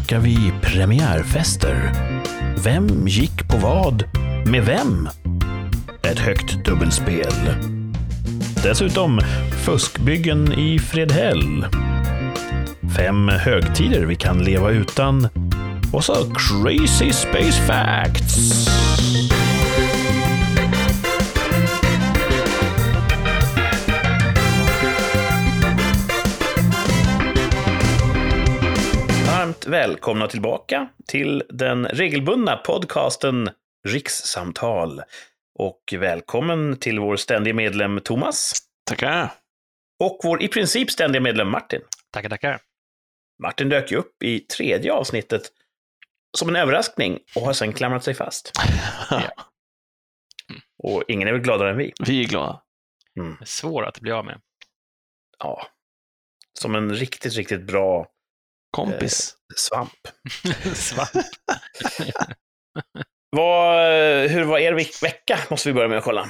snackar vi premiärfester. Vem gick på vad? Med vem? Ett högt dubbelspel. Dessutom fuskbyggen i Fredhäll. 5 högtider vi kan leva utan. Och så crazy space facts. Varmt välkomna tillbaka till den regelbundna podcasten Rikssamtal. Och välkommen till vår ständiga medlem Thomas. Tackar. Och vår i princip ständiga medlem Martin. Tackar. Martin dök ju upp i 3:e avsnittet som en överraskning och har sedan klamrat sig fast. Ja. Och ingen är väl gladare än vi. Vi är glada. Det är svårt att bli av med. Ja. Som en riktigt bra kompis. Svamp. Svamp. Hur var er vecka? Måste vi börja med att kolla.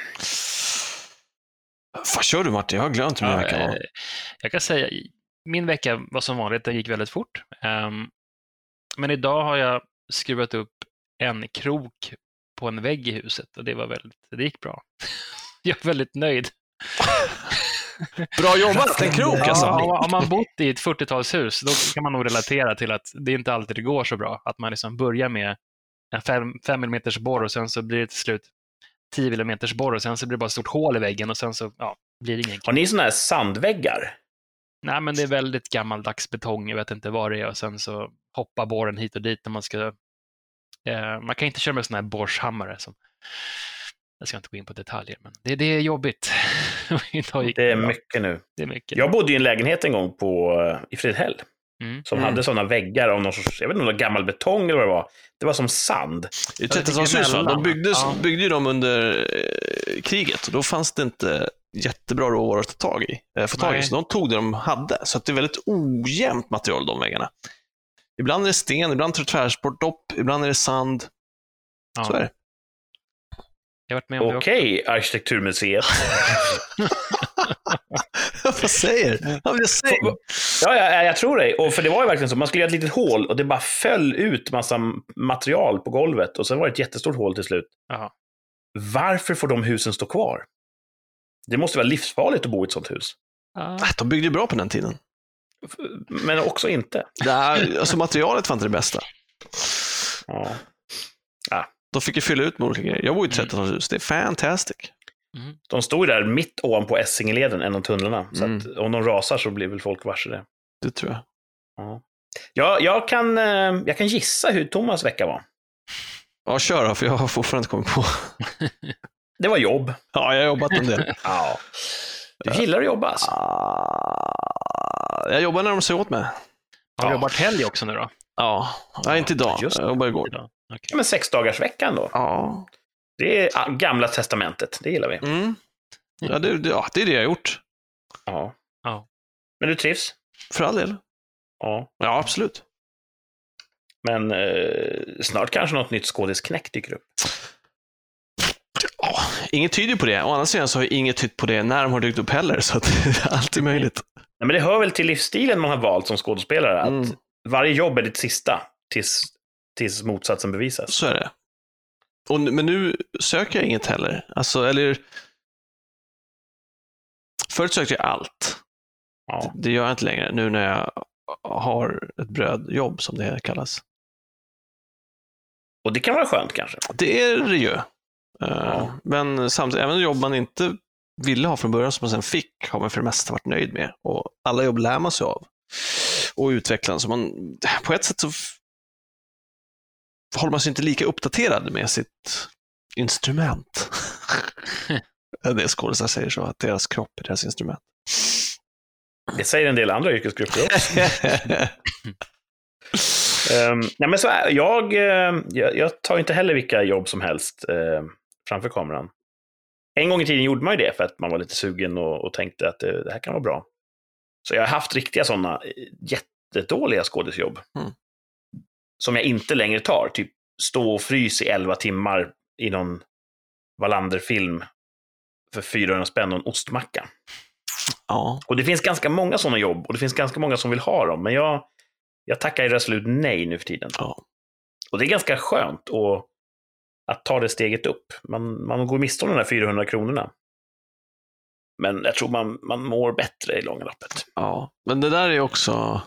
Vad kör du, Martin? Jag har glömt hur min vecka var. Jag kan säga, min vecka var som vanligt, den gick väldigt fort. Men idag har jag skruvat upp en krok på en vägg i huset och det gick bra. Jag är väldigt nöjd. Bra jobbat, en krok alltså. Om man bott i ett 40-talshus, då kan man nog relatera till att det inte alltid det går så bra. Att man liksom börjar med en 5 mm borr och sen så blir det till slut 10 mm borr och sen så blir det bara ett stort hål i väggen och sen så blir det ingen. Har ni såna här sandväggar? Nej, men det är väldigt gammaldags betong, jag vet inte vad det är, och sen så hoppar borren hit och dit när man ska man kan inte köra med såna här borrshammare som, jag ska inte gå in på detaljer, men det är jobbigt. Det är mycket nu. Det är mycket. Jag bodde i en lägenhet en gång i Fredhäll som hade sådana väggar av någon sorts, jag vet inte om det var gammal betong eller vad det var. Det var som sand. I 30-talshus, de byggde ju dem under kriget och då fanns det inte jättebra råvaror att ta tag i. Så de tog det de hade. Så att det är väldigt ojämnt material, de väggarna. Ibland är det sten, ibland är det tvärsportdopp, ibland är det sand. Ja. Så är det. Okej, Arkitekturmuseet. Vad säger? Ja, jag tror det. Och för det var ju verkligen så. Man skulle göra ett litet hål och det bara föll ut massa material på golvet. Och sen var det ett jättestort hål till slut. Aha. Varför får de husen stå kvar? Det måste vara livsfarligt att bo i ett sånt hus. De byggde ju bra på den tiden. Men också inte. Alltså materialet var inte det bästa. Ja. De fick ju fylla ut med olika grejer. Jag bor i 30-talshus. Det är fantastic. De stod där mitt ovanpå Essingeleden, en av tunnlarna. Så att om de rasar så blir väl folk varse det. Det tror jag. Ja, jag kan gissa hur Thomas vecka var. Ja, kör då, för jag har fortfarande inte kommit på. Det var jobb. Ja, jag har jobbat en del. Ja. Du gillar att jobba alltså? Jag jobbar när de säger åt mig. Har du jobbat helg också nu då? Ja, inte idag. Jag jobbar igår. Okay. Men 6-dagarsveckan då? Ja. Det är gamla testamentet, det gillar vi. Ja, det är det jag har gjort. Ja. Men du trivs? För all del. Ja, absolut. Men snart kanske något nytt skådesknäck dyker upp. Inget tyder på det. Å andra sidan så har inget tytt på det när de har dykt upp heller. Så att det är alltid möjligt. Nej, men det hör väl till livsstilen man har valt som skådespelare. Att varje jobb är ditt sista tills motsatsen bevisas. Så är det. Men nu söker jag inget heller. Förut sökte jag allt. Ja. Det gör jag inte längre. Nu när jag har ett brödjobb, som det kallas. Och det kan vara skönt kanske. Det är det ju. Men samtidigt, även jobb man inte ville ha från början som man sen fick, har man för det mesta varit nöjd med. Och alla jobb lär man sig av. Och utveckla. Så på ett sätt så håller man sig inte lika uppdaterad med sitt instrument. Det är skådespelare säger så, att deras kropp är deras instrument. Det säger en del andra yrkesgrupper också. Nej, men så är, jag tar inte heller vilka jobb som helst framför kameran. En gång i tiden gjorde man ju det för att man var lite sugen och tänkte att det här kan vara bra. Så jag har haft riktiga sådana jättedåliga skådisjobb. Som jag inte längre tar. Typ stå och frys i 11 timmar i någon Wallander-film för 400 spänn och en ostmacka. Ja. Och det finns ganska många sådana jobb och det finns ganska många som vill ha dem. Men jag Jag tackar resolut nej nu för tiden. Ja. Och det är ganska skönt att ta det steget upp. Man går miste om de där 400 kronorna. Men jag tror man mår bättre i långa loppet. Ja, men det där är också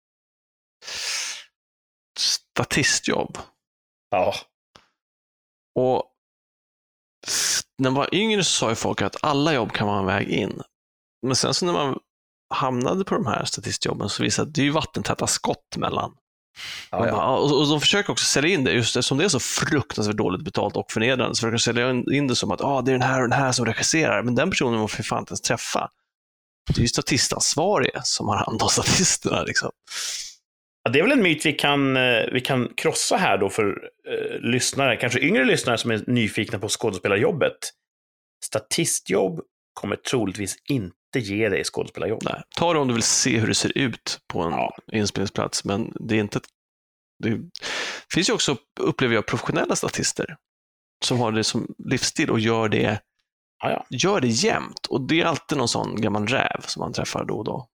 statistjobb. Ja. Och när man var yngre så sa ju folk att alla jobb kan vara en väg in. Men sen så när man hamnade på de här statistjobben så visade att det är ju vattentäta skott mellan. Ja. Bara, och de försöker också sälja in det, just eftersom det är så fruktansvärt dåligt betalt och förnedrande, så försöker de sälja in det som att det är den här och den här som regisserar, men den personen var för fan inte ens träffa. Det är ju statistansvariga som har hand om statisterna. Liksom. Ja, det är väl en myt vi kan krossa här då för lyssnare, kanske yngre lyssnare som är nyfikna på skådespelarjobbet. Statistjobb kommer troligtvis inte ge dig skådespelarjobb. Nej, ta det om du vill se hur det ser ut på en inspelningsplats, men det är inte... Det finns ju också, upplever jag, professionella statister som har det som livsstil och gör det jämt. Och det är alltid någon sån gammal räv som man träffar då och då.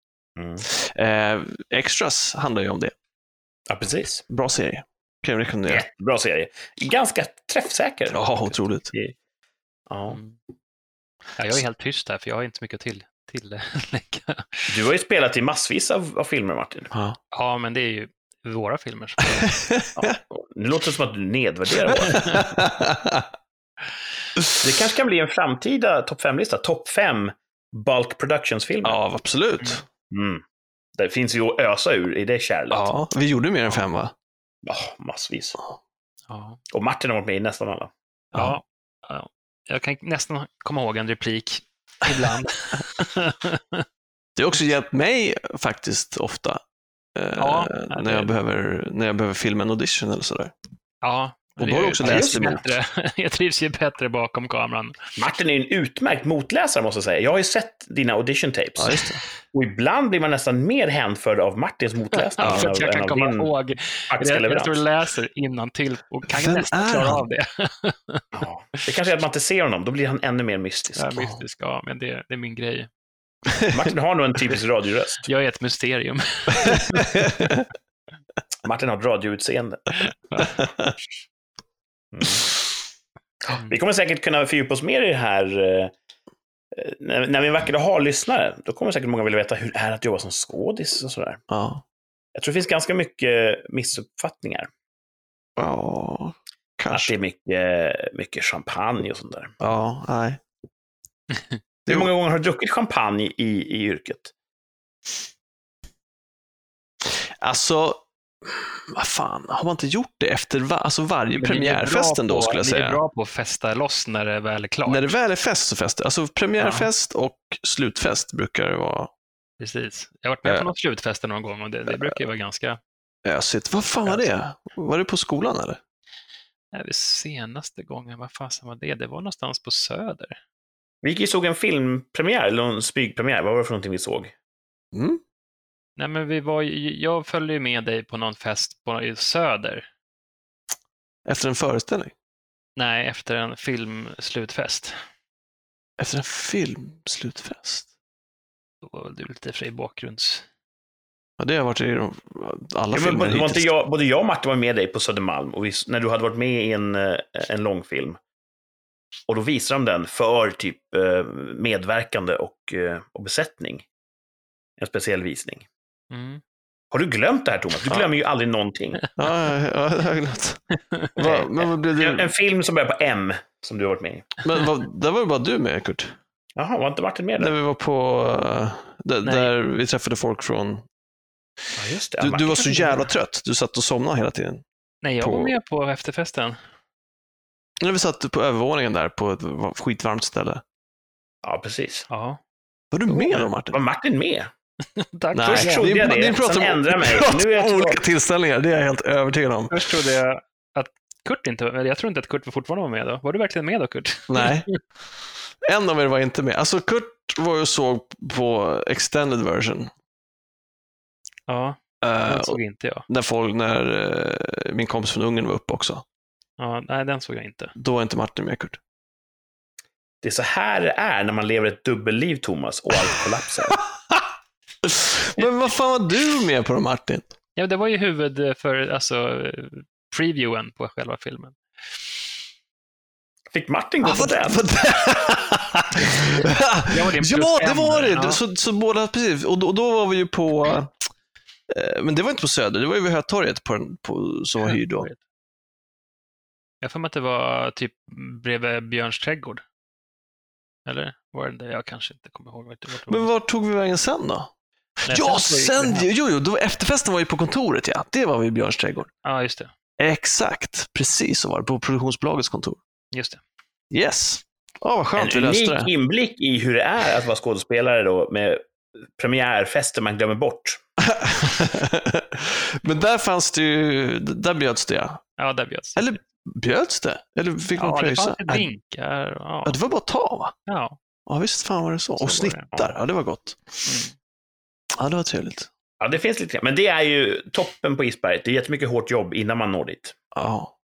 Extras handlar ju om det. Ja, precis. Bra serie. Kan jag rekommendera. Bra serie. Ganska träffsäker. Ja, otroligt. Ja. Ja, jag är helt tyst här, för jag har inte så mycket att tillägga. Du har ju spelat i massvis av filmer, Martin. Ja, men det är ju våra filmer. Det låter som att du nedvärderar våra. Det kanske kan bli en framtida topp 5-lista. Topp 5 Bulk Productions-filmer. Ja, absolut. Det finns ju att ösa ur i det kärlet. Ja, vi gjorde mer än 5, va? Ja, massvis. Ja. Och Martin har varit med i nästan alla. Ja. Jag kan nästan komma ihåg en replik ibland. Det har också hjälpt mig faktiskt ofta när jag behöver filma en audition eller sådär. Ja. Och då har jag också läst emot. Jag trivs ju bättre bakom kameran. Martin är en utmärkt motläsare, måste jag säga. Jag har ju sett dina audition tapes. Ja, just det. Och ibland blir man nästan mer hänförd av Martins motläsning för att jag kan komma ihåg. Jag tror du läser innantill och kan nästan klara av det. Ja. Det kanske är att man inte ser honom. Då blir han ännu mer mystisk. Ja, mystisk, ja, men det är min grej. Martin har nog en typisk radioröst. Jag är ett mysterium. Martin har ett radioutseende. Vi kommer säkert kunna fördjupa oss mer i det här när vi en vacker dag har lyssnare. Då kommer säkert många vilja veta hur det är att jobba som skådis och sådär. Ja. Jag tror det finns ganska mycket missuppfattningar. Ja, kanske. Att det är mycket champagne och sånt där. Ja, nej. Hur många gånger har du druckit champagne i yrket? Alltså, vad fan, har man inte gjort det efter varje premiärfesten då, skulle jag säga? Det är bra på att festa loss när det väl är klart. När det väl är fest så fester. Alltså premiärfest och slutfest brukar det vara. Precis. Jag har varit med på någon slutfest någon gång och det brukar ju vara ganska... Vad fan var det? Var det på skolan eller? Nej, det senaste gången, vad fan var det? Det var någonstans på Söder. Vi gick och såg en filmpremiär, eller en spygpremiär. Vad var det för någonting vi såg? Nej, men jag följde ju med dig på någon fest på Söder. Efter en föreställning? Nej, efter en filmslutfest. Efter en filmslutfest? Då var du lite för i bakgrunds... Ja, det har varit i alla filmer hittills. Både jag och Martin var med dig på Södermalm och när du hade varit med i en långfilm. Och då visade de den för typ medverkande och besättning. En speciell visning. Har du glömt det här, Thomas? Du glömmer ju aldrig någonting. Ja, jag har glömt. Men blev det... En film som börjar på M, som du har varit med i. Men där var ju bara du med, Kurt. Jaha, var inte Martin med där? När vi var på... där vi träffade folk från... Ja, just det. Du var så jävla trött. Du satt och somnade hela tiden. Nej, jag var med på efterfesten. När vi satt på övervåningen där på ett skitvarmt ställe. Ja, precis. Ja. Var du med då, Martin? Var Martin med? Tack. Nej, Först trodde jag det, sen ändrade mig. Nu är olika tillställningar, det är jag helt övertygad om. Först trodde jag att Kurt inte var med. Jag tror inte att Kurt fortfarande var med då. Var du verkligen med då, Kurt? Nej. En av er var inte med. Alltså, Kurt var ju såg på extended version. Ja, den såg inte jag. När min kompis från Ungern var uppe också. Ja, nej, den såg jag inte. Då var inte Martin med, Kurt. Det är så här det är när man lever ett dubbelliv, Thomas, och allt kollapsar. Men vad fan var du med på då, Martin? Ja, det var ju huvud för previewen på själva filmen. Fick Martin gå på den? Ja, det var det. Ja. Så båda, precis. Och då var vi ju på... men det var inte på Söder, det var ju vid Hötorget som var hyrd då. Jag får mig att det var typ bredvid Björns trädgård. Eller var det jag kanske inte kommer ihåg. Men var tog vi vägen sen då? Nej, då efterfesten var ju på kontoret, ja. Det var vid Björns trädgård. Ja, just det. Exakt, precis så var det, på produktionsbolagets kontor. Just det. Yes. Vad skönt vi löste det. En unik inblick i hur det är att vara skådespelare då, med premiärfester man glömmer bort. Men där fanns det ju, där bjöds det, ja. Ja, där bjöds det. Eller bjöds det? Eller fick man pröjsa? Ja, det fanns drinkar. Ja, det var bara att ta, va? Ja. Ja, visst fan var det så. Och snittar, ja, det var gott. Ja, det var trevligt. Ja, det finns lite. Men det är ju toppen på isberget. Det är jättemycket hårt jobb innan man når dit. Ja.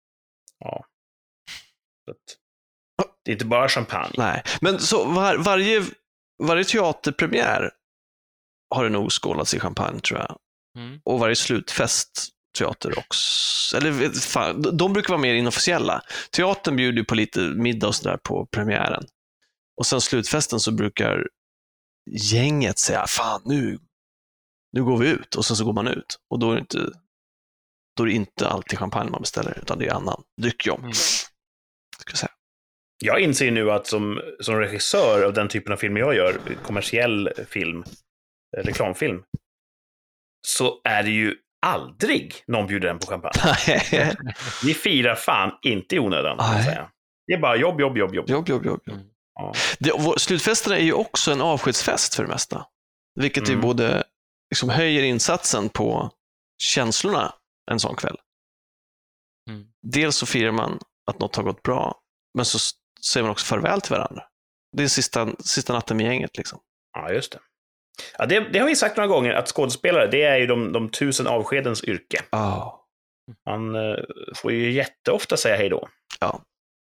Det är inte bara champagne. Nej, men så varje teaterpremiär har det nog skålats i champagne, tror jag. Och varje slutfest teater också. Eller fan, de brukar vara mer inofficiella. Teatern bjuder på lite middag och sådär på premiären. Och sen slutfesten så brukar gänget säga, fan nu går vi ut. Och sen så går man ut. Och då är det inte alltid champagne man beställer, utan det är annan dryckjom. Ska jag säga. Jag inser nu att som regissör av den typen av film jag gör, kommersiell film, reklamfilm, så är det ju aldrig någon bjuder en på champagne. Vi firar fan inte i onödan, kan jag säga. Det är bara jobb. Ja. Slutfesterna är ju också en avskedsfest för det mesta. Vilket ju både liksom höjer insatsen på känslorna en sån kväll. Dels så firar man att något har gått bra, men så säger man också farväl till varandra. Det är sista natten med gänget liksom. Ja, just det. Ja, det har vi sagt några gånger, att skådespelare, det är ju de 1000 avskedens yrke. Man får ju jätteofta säga hej då. Ja.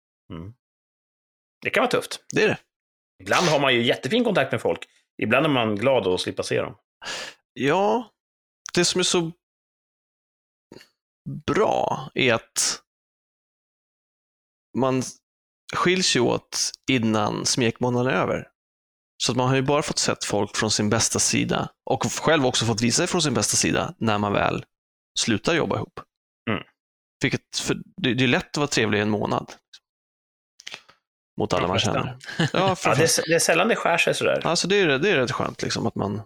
Det kan vara tufft. Det är det. Ibland har man ju jättefin kontakt med folk. Ibland är man glad att slippa se dem. Ja, det som är så bra är att man skiljs ju åt innan smekmånaden är över. Så att man har ju bara fått sett folk från sin bästa sida och själv också fått visa sig från sin bästa sida när man väl slutar jobba ihop. För det är lätt att vara trevlig i en månad. Mot alla man känner. Ja, det är sällan det skär sig sådär. Alltså det är rätt skönt liksom att man...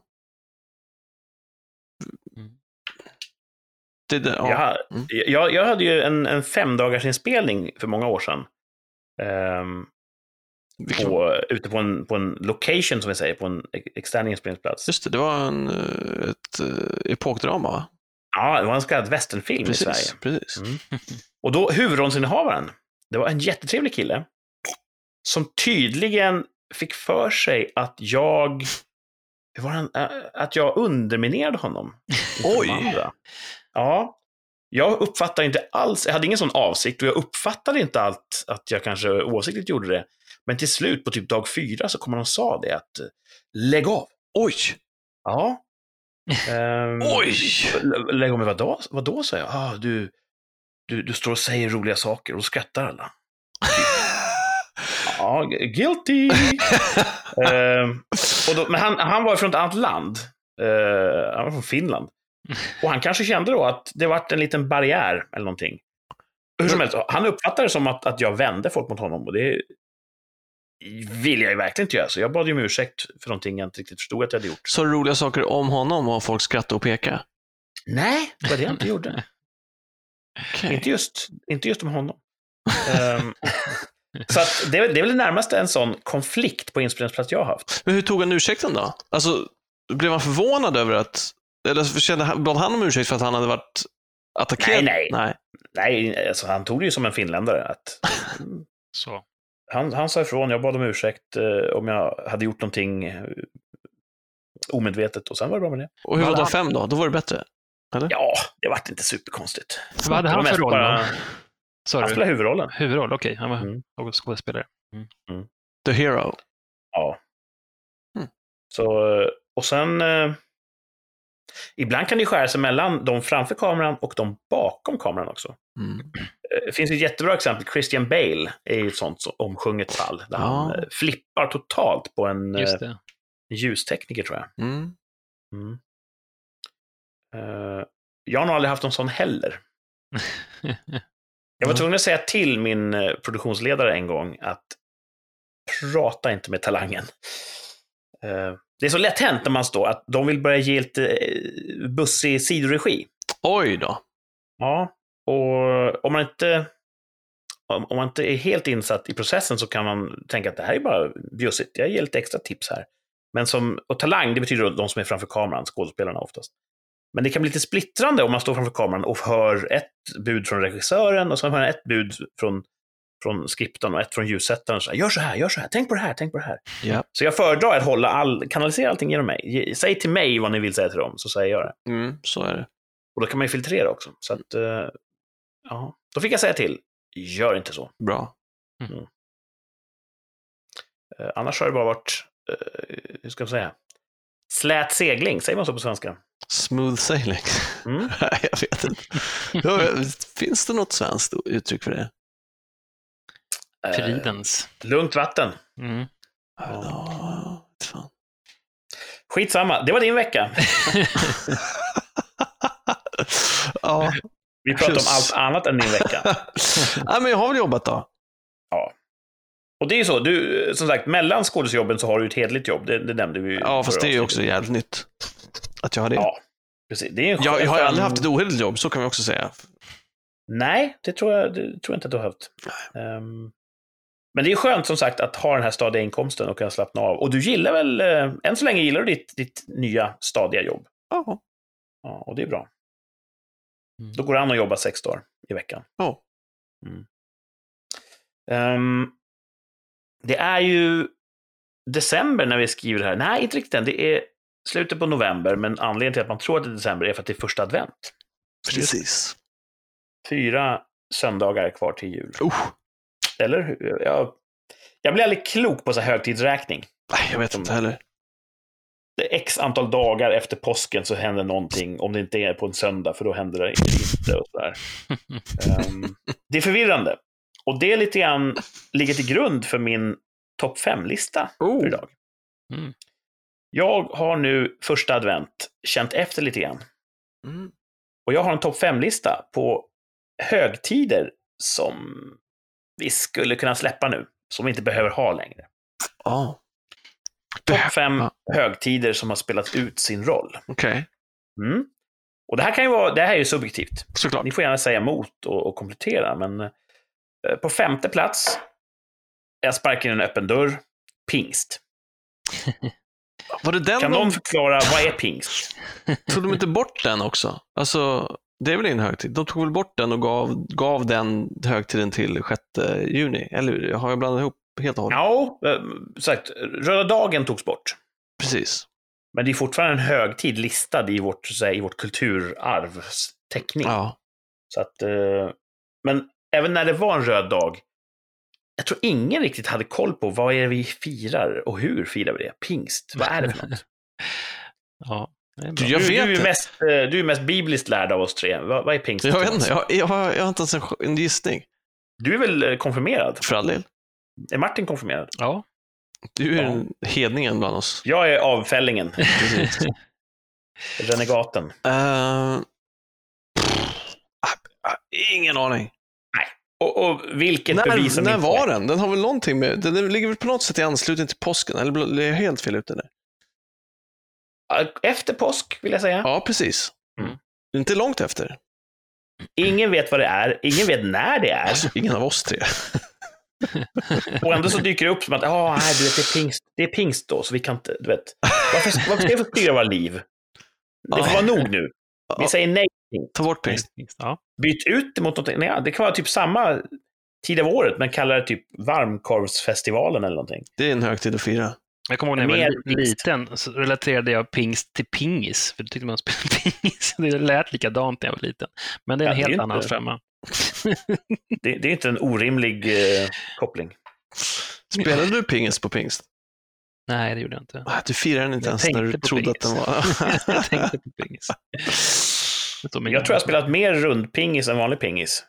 Jag hade ju en 5-dagars inspelning för många år sedan. Ute på en location, som vi säger, på en extern inspelningsplats. Just det var ett epokdrama, va? Ja, det var en så kallad westernfilm i Sverige. Precis. Och då huvudrollsinnehavaren, det var en jättetrevlig kille som tydligen fick för sig att jag underminerade honom. Oj! Ja, jag uppfattade inte alls, jag hade ingen sån avsikt, och jag uppfattade inte allt att jag kanske oavsiktligt gjorde det. Men till slut på typ dag 4 så kom han och sa det, att lägg av. Oj! Ja. Oj! Lägg av med vadå, sa jag. Du står och säger roliga saker och skrattar alla. Ja, guilty! Men han var från ett annat land. Han var från Finland. Och han kanske kände då att det var en liten barriär eller någonting. Hur som helst, han uppfattade det som att jag vände folk mot honom, och det vill jag ju verkligen inte göra. Så jag bad ju om ursäkt för någonting jag inte riktigt förstod att jag hade gjort. Så roliga saker om honom och folk skrattade och peka? Nej, det var det jag inte gjorde. Okay. Inte just om honom. Så att det är väl det närmaste en sån konflikt på inspelningsplats jag har haft. Men hur tog han ursäkten då? Alltså, blev han förvånad över att... Eller bad han om ursäkt för att han hade varit attackerad? Nej, alltså, han tog det ju som en finländare. Att, så. Han sa ifrån, jag bad om ursäkt om jag hade gjort någonting omedvetet, och sen var det bra med det. Och hur var dag 5 då? Då var det bättre? Eller? Ja, det var inte superkonstigt. Vad hade han för roll då? Han spelade huvudrollen. Huvudroll, okej. Han var skådespelare. The hero. Ja. Så, och sen Ibland kan det skära sig mellan de framför kameran och de bakom kameran också. Det finns ett jättebra exempel. Christian Bale är ju ett sånt omsjunget fall. Där han flippar totalt på en ljustekniker, tror jag. Jag har nog aldrig haft en sån heller. Jag var tvungen att säga till min produktionsledare en gång att prata inte med talangen. Det är så lätt hänt när man står att de vill börja ge lite bussig sidoregi. Oj då. Ja, och om man inte är helt insatt i processen så kan man tänka att det här är bara bjussigt. Jag ger lite extra tips här. Men och talang, det betyder de som är framför kameran, skådespelarna oftast. Men det kan bli lite splittrande om man står framför kameran och hör ett bud från regissören och så hör man ett bud från skripten och ett från ljussättaren. Så, gör så här, tänk på det här. Ja. Så jag föredrar att kanalisera allting genom mig. Säg till mig vad ni vill säga till dem, så säger jag det. Så är det. Och då kan man ju filtrera också. Så att, då fick jag säga till, gör inte så. Bra. Annars har det bara varit, hur ska man säga, slät segling, säger man så på svenska? Smooth sailing. Jag vet inte. Finns det något svenskt uttryck för det? Fridens. Lugnt vatten. Fan. Skitsamma, det var din vecka. Vi pratar om allt annat än din vecka. Men jag har väl jobbat då. Ja. Och det är ju så, du, som sagt, mellan skådesjobben så har du ett hedligt jobb. Det nämnde vi ju. Ja, fast det är ju också jävligt nytt att jag har det. Ja, precis. Det är jag har aldrig haft ett ohederligt jobb, så kan vi också säga. Nej, det tror jag inte att du har haft. Men det är skönt, som sagt, att ha den här stadiga inkomsten och kunna slappna av. Och du gillar väl, än så länge gillar du ditt nya stadiga jobb. Ja. Ja, och det är bra. Då går det an att jobba 6 dagar i veckan. Ja. Det är ju december när vi skriver det här. Nej, inte riktigt än. Det är slutet på november, men anledningen till att man tror att det är december är för att det är första advent. Precis. 4 söndagar kvar till jul. Eller hur? Jag blir aldrig klok på så här högtidsräkning. Nej, jag vet inte heller. Det är x antal dagar efter påsken så händer någonting, om det inte är på en söndag, för då händer det inte. Och så där. Det är förvirrande. Och det lite grann ligger till grund för min topp 5-lista för idag. Jag har nu första advent känt efter lite grann. Och jag har en topp 5-lista på högtider som vi skulle kunna släppa nu, som vi inte behöver ha längre. Topp 5 högtider som har spelat ut sin roll. Okej. Och det här är ju subjektivt. Såklart. Ni får gärna säga emot och komplettera, men på 5:e plats, jag sparkar in en öppen dörr, pingst. Var det den kan någon förklara, vad är pingst? Tog de inte bort den också? Alltså, det är väl en högtid. De tog väl bort den och gav den högtiden till 6 juni. Eller har jag blandat ihop helt och hållet? Ja, sagt, röda dagen togs bort. Precis. Men det är fortfarande en högtid listad i vårt kulturarvsteckning. Ja. Så att, men även när det var en röd dag, jag tror ingen riktigt hade koll på vad är det vi firar och hur firar vi det. Pingst, vad är det för något? Ja, det är bra. Du är mest bibliskt lärd av oss 3. Vad är pingst? Jag vet inte, jag har inte ens en gissning. Du är väl konfirmerad? För all del. Är Martin konfirmerad? Ja. Du är hedningen bland oss. Jag är avfällingen. Renegaten. Ingen aning. Nej. Och vilket bevis när var den? Den har väl någonting med... Den ligger väl på något sätt i anslutning till påsken? Eller är jag helt fel ute där? Efter påsk, vill jag säga. Ja, precis. Inte långt efter. Ingen vet vad det är. Ingen vet när det är. Alltså, ingen av oss 3. Och ändå så dyker det upp som att nej, du vet, det är pingst då, så vi kan inte, du vet. Varför ska vi få styra våra liv? Det får vara nog nu. Vi säger nej. Ta bort pingst. Ja. Byt ut det mot något. Nej, det kan vara typ samma tid av året, men kalla det typ varmkorvsfestivalen eller någonting. Det är en högtid att fira. Jag kommer ihåg när jag var liten så relaterade jag pingst till pingis. För det tyckte man spelade pingis. Det lät likadant när jag var liten. Men det är en helt annan femma. Det är inte en orimlig koppling. Spelade du pingis på pingst? Nej, det gjorde jag inte. Du firade den inte ens när du trodde att den var... Jag tänkte på pingis. Jag tror jag har spelat mer rundpingis än vanlig pingis.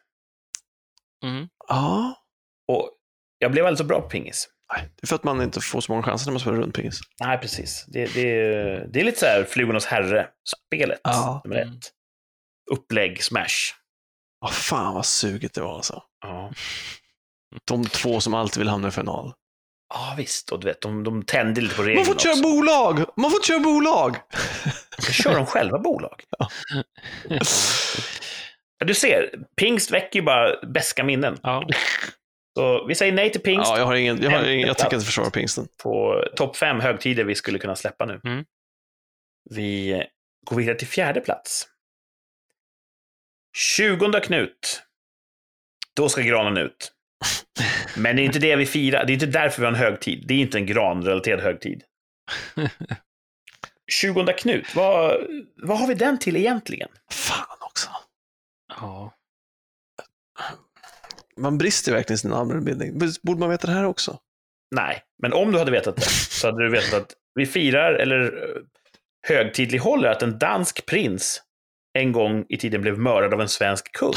Ja. Och jag blev väldigt så bra på pingis. Nej, det är för att man inte får så många chanser när man spelar rundpingis. Nej, precis. Det är lite så här Flugornas herre-spelet, nummer 1. Upplägg, smash. Fan vad suget det var alltså. Ja. De 2 som alltid vill hamna i final. Ja, visst. Och du vet, de tände lite på reglerna. Man får köra bolag! Man får köra bolag! Kör de själva bolag? Ja. Du ser, pingst väcker ju bara beska minnen. Ja. Så vi säger nej till pingst. Ja, jag tänker inte försvara pingsten. På topp 5 högtider vi skulle kunna släppa nu. Vi går vidare till 4:e plats. 20 Knut. Då ska granen ut. Men det är inte det vi firar. Det är inte därför vi har en högtid. Det är inte en granrelaterad högtid. 20 Knut. Vad har vi den till egentligen? Fan också. Ja. Man brister verkligen sin allmänbildning. Borde man veta det här också? Nej, men om du hade vetat det så hade du vetat att vi firar eller högtidlighåller att en dansk prins en gång i tiden blev mördad av en svensk kung.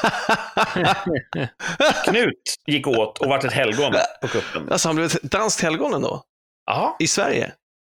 Knut gick åt och vart ett helgon på kuppen. Alltså han blev ett danskt helgon ändå? Ja. I Sverige?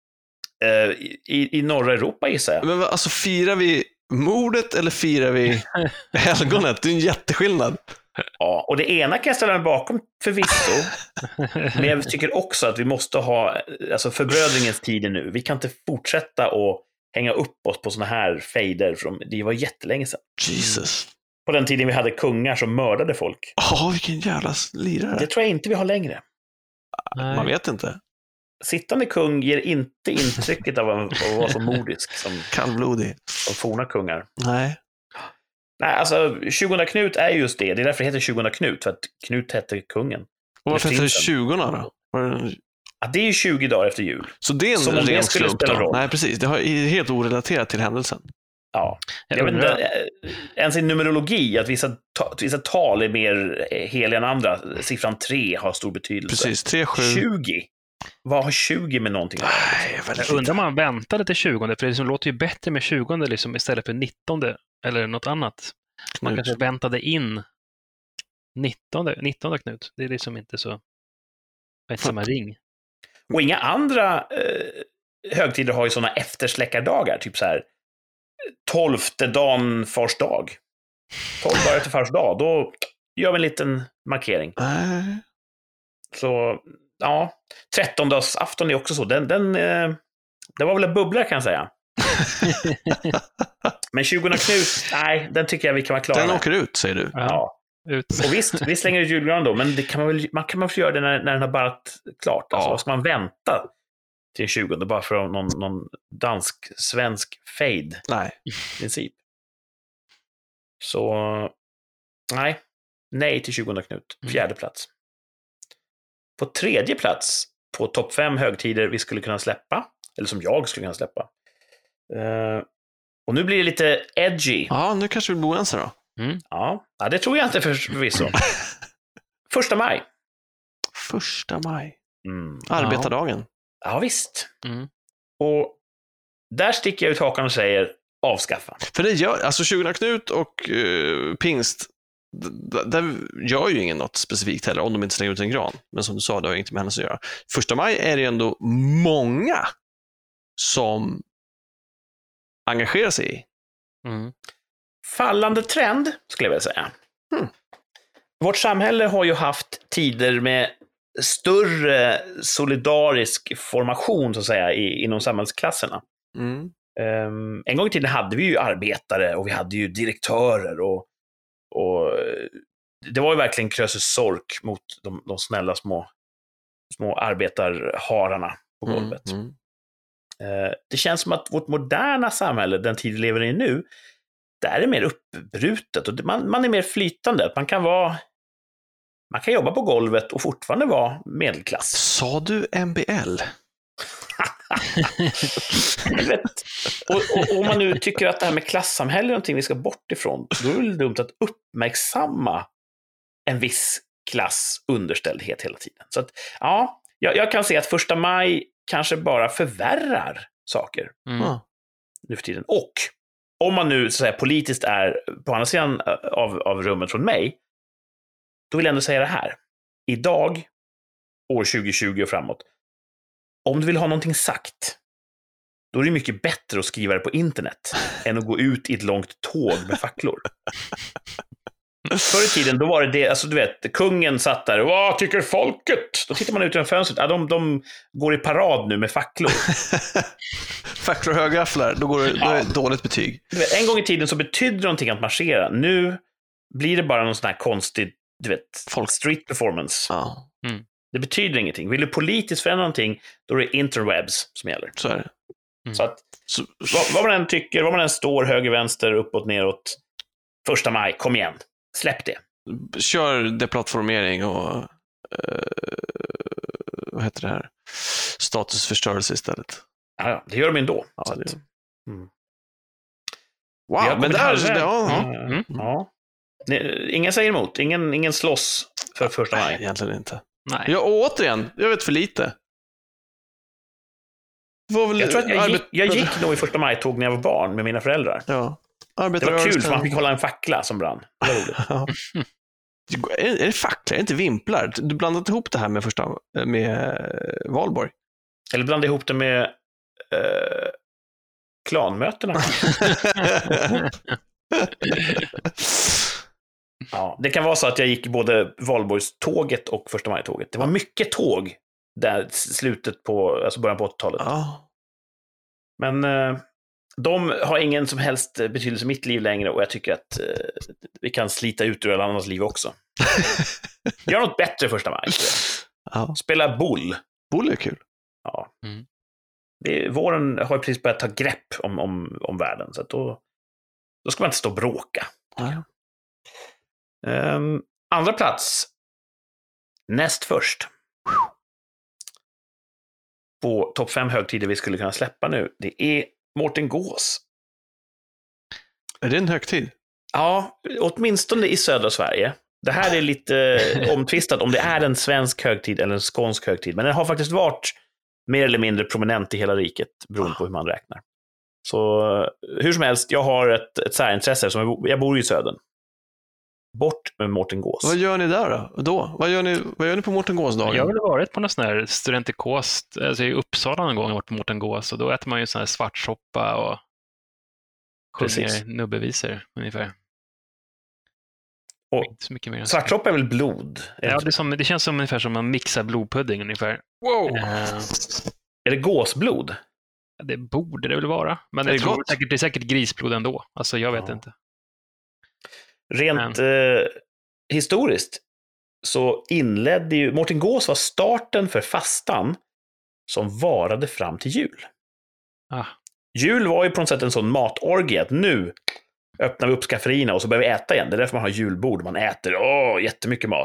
I norra Europa gissar jag. Men alltså firar vi mordet eller firar vi helgonet? Det är en jätteskillnad. Ja, och det ena kan jag ställa mig bakom förvisso. Men jag tycker också att vi måste ha förbrödringens tider nu. Vi kan inte fortsätta att hänga upp oss på såna här fejder. Det var jättelänge sedan. Jesus. På den tiden vi hade kungar som mördade folk. Vilken jävla lirare. Det tror jag inte vi har längre. Man vet inte. Sittande kung ger inte intrycket av att vara så mordisk som kallblodig. Som forna kungar. Nej, alltså 20 Knut är just det. Det är därför det heter 20 Knut, för att Knut hette kungen. Och varför heter det 20 då? Ja, det är ju 20 dagar efter jul. Så det är en ren slump då? Nej, precis. Det är helt orelaterat till händelsen. Ja. Jag vet inte, ens i numerologi, att vissa tal är mer heliga än andra. Siffran 3 har stor betydelse. Precis, 3, 7. 20. Vad har 20 med någonting att göra? Jag undrar om man väntade till 20, för det liksom låter ju bättre med 20 liksom, istället för 19 eller något annat. Man kanske väntade in 19 Knut. Det är liksom inte så samma ring. Och inga andra högtider har ju sådana eftersläckardagar, typ så här 12:e dagen fars dag. 12 dagar efter fars dag, då gör vi en liten markering. Så, ja. 13-dagsafton är också så. Den var väl en bubblare kan jag säga. Men 20 Knut, nej, den tycker jag vi kan vara klara med. Den åker ut, säger du. Ja. Ut. Och visst, vi slänger ut julgran då, men det man kan få göra det när den har barrat klart. Alltså, vad ska man vänta till 20 bara för någon dansk-svensk fade? Nej. I princip. Så, nej till 20 Knut. 4:e plats. På 3:e plats på topp 5 högtider vi skulle kunna släppa, eller som jag skulle kunna släppa. Och nu blir det lite edgy. Ja, nu kanske vi blir oense då. Ja, det tror jag inte förvisso. 1 maj. 1 maj. Arbetardagen. Ja, visst. Och där sticker jag ut hakan och säger avskaffa. För det gör, alltså 20 Knut och pingst, där gör ju ingen något specifikt heller, om de inte slänger ut en gran. Men som du sa, det har inget med hennes att göra. 1 maj är det ändå många som engagerar sig i. Fallande trend, skulle jag vilja säga. Vårt samhälle har ju haft tider med större solidarisk formation, så att säga, inom samhällsklasserna. En gång i tiden hade vi ju arbetare och vi hade ju direktörer och det var ju verkligen Krösus sork mot de snälla små arbetarhararna på golvet. Det känns som att vårt moderna samhälle, den tid vi lever i nu, där är mer uppbrutet och man är mer flytande. Man kan jobba på golvet och fortfarande vara medelklass. Sa du MBL? Och om man nu tycker att det här med klassamhälle är någonting vi ska bort ifrån, då är det dumt att uppmärksamma en viss klass underställdhet hela tiden. Så att, ja, jag kan se att 1 maj kanske bara förvärrar saker nu för tiden. Och om man nu så här, politiskt är på andra sidan av rummet från mig, då vill jag ändå säga det här. Idag, år 2020 och framåt, om du vill ha någonting sagt, då är det mycket bättre att skriva det på internet än att gå ut i ett långt tåg med facklor. Förr i tiden, då var det, alltså du vet, kungen satt där, vad tycker folket? Då tittar man ut genom fönstret, de går i parad nu med facklor. Facklor och högafflar, då är det dåligt betyg. Du vet, en gång i tiden så betydde det någonting att marschera. Nu blir det bara någon sån här konstig, du vet, street performance. Ja. Det betyder ingenting. Vill du politiskt förändra någonting, då är det interwebs som gäller. Så är det. Så att, vad man än tycker, vad man än står, höger, vänster, uppåt, neråt, 1 maj, kom igen. Släpp det. Kör deplattformering och vad heter det här? Statusförstörelse istället. Ja, det gör de ändå. Ja, så det... att, Wow, men där... Ja. Ingen säger emot. Ingen slåss för 1 maj. Nej, egentligen inte. Nej. Ja, återigen, jag vet för lite. Jag tror att jag gick nog i 1 maj-tåg när jag var barn med mina föräldrar. Ja. Det var kul för man fick hålla en fackla som brann. Det var roligt. Ja. Är det facklar? Är det inte vimplar? Du blandat ihop det här med Valborg. Eller blandade ihop det med klanmötena. Ja, det kan vara så att jag gick både Valborgståget och 1 maj-tåget. Det var mycket tåg där slutet på, alltså början på 80-talet. Ja. Men de har ingen som helst betydelse i mitt liv längre och jag tycker att vi kan slita ut ur alla andras liv också. Gör något bättre 1 maj. Ja. Spela boll. Boll är kul. Ja. Våren har precis börjat ta grepp om världen, så att då ska man inte stå och bråka. Ja. Andra plats. Näst först. På topp 5 högtider vi skulle kunna släppa nu. Det är Mårten Gås. Är det en högtid? Ja, åtminstone i södra Sverige. Det här är lite omtvistat om det är en svensk högtid eller en skånsk högtid. Men den har faktiskt varit mer eller mindre prominent i hela riket, beroende på hur man räknar. Så hur som helst, jag har ett särintresse som jag bor i södern. Bort med Mårten Gås. Vad gör ni där då? Vad gör ni på Mårten Gås-dagen? Jag har väl varit på någon sån här studentikos, alltså i Uppsala någon gång har jag varit på Mårten Gås och då äter man ju sån här svartsoppa och sjunger nubbevisor ungefär. Och inte så mycket mer. Svartsoppa är väl blod? Ja, det känns som ungefär som man mixar blodpudding ungefär. Wow! Är det gåsblod? Det borde det väl vara. Men är det är säkert grisblod ändå. Alltså jag vet inte. Rent historiskt så inledde ju Mårten Gås var starten för fastan som varade fram till jul. Jul var ju på något sätt en sån matorgie att nu öppnar vi upp skafferierna och så börjar vi äta igen. Det är därför man har julbord. Man äter jättemycket mat.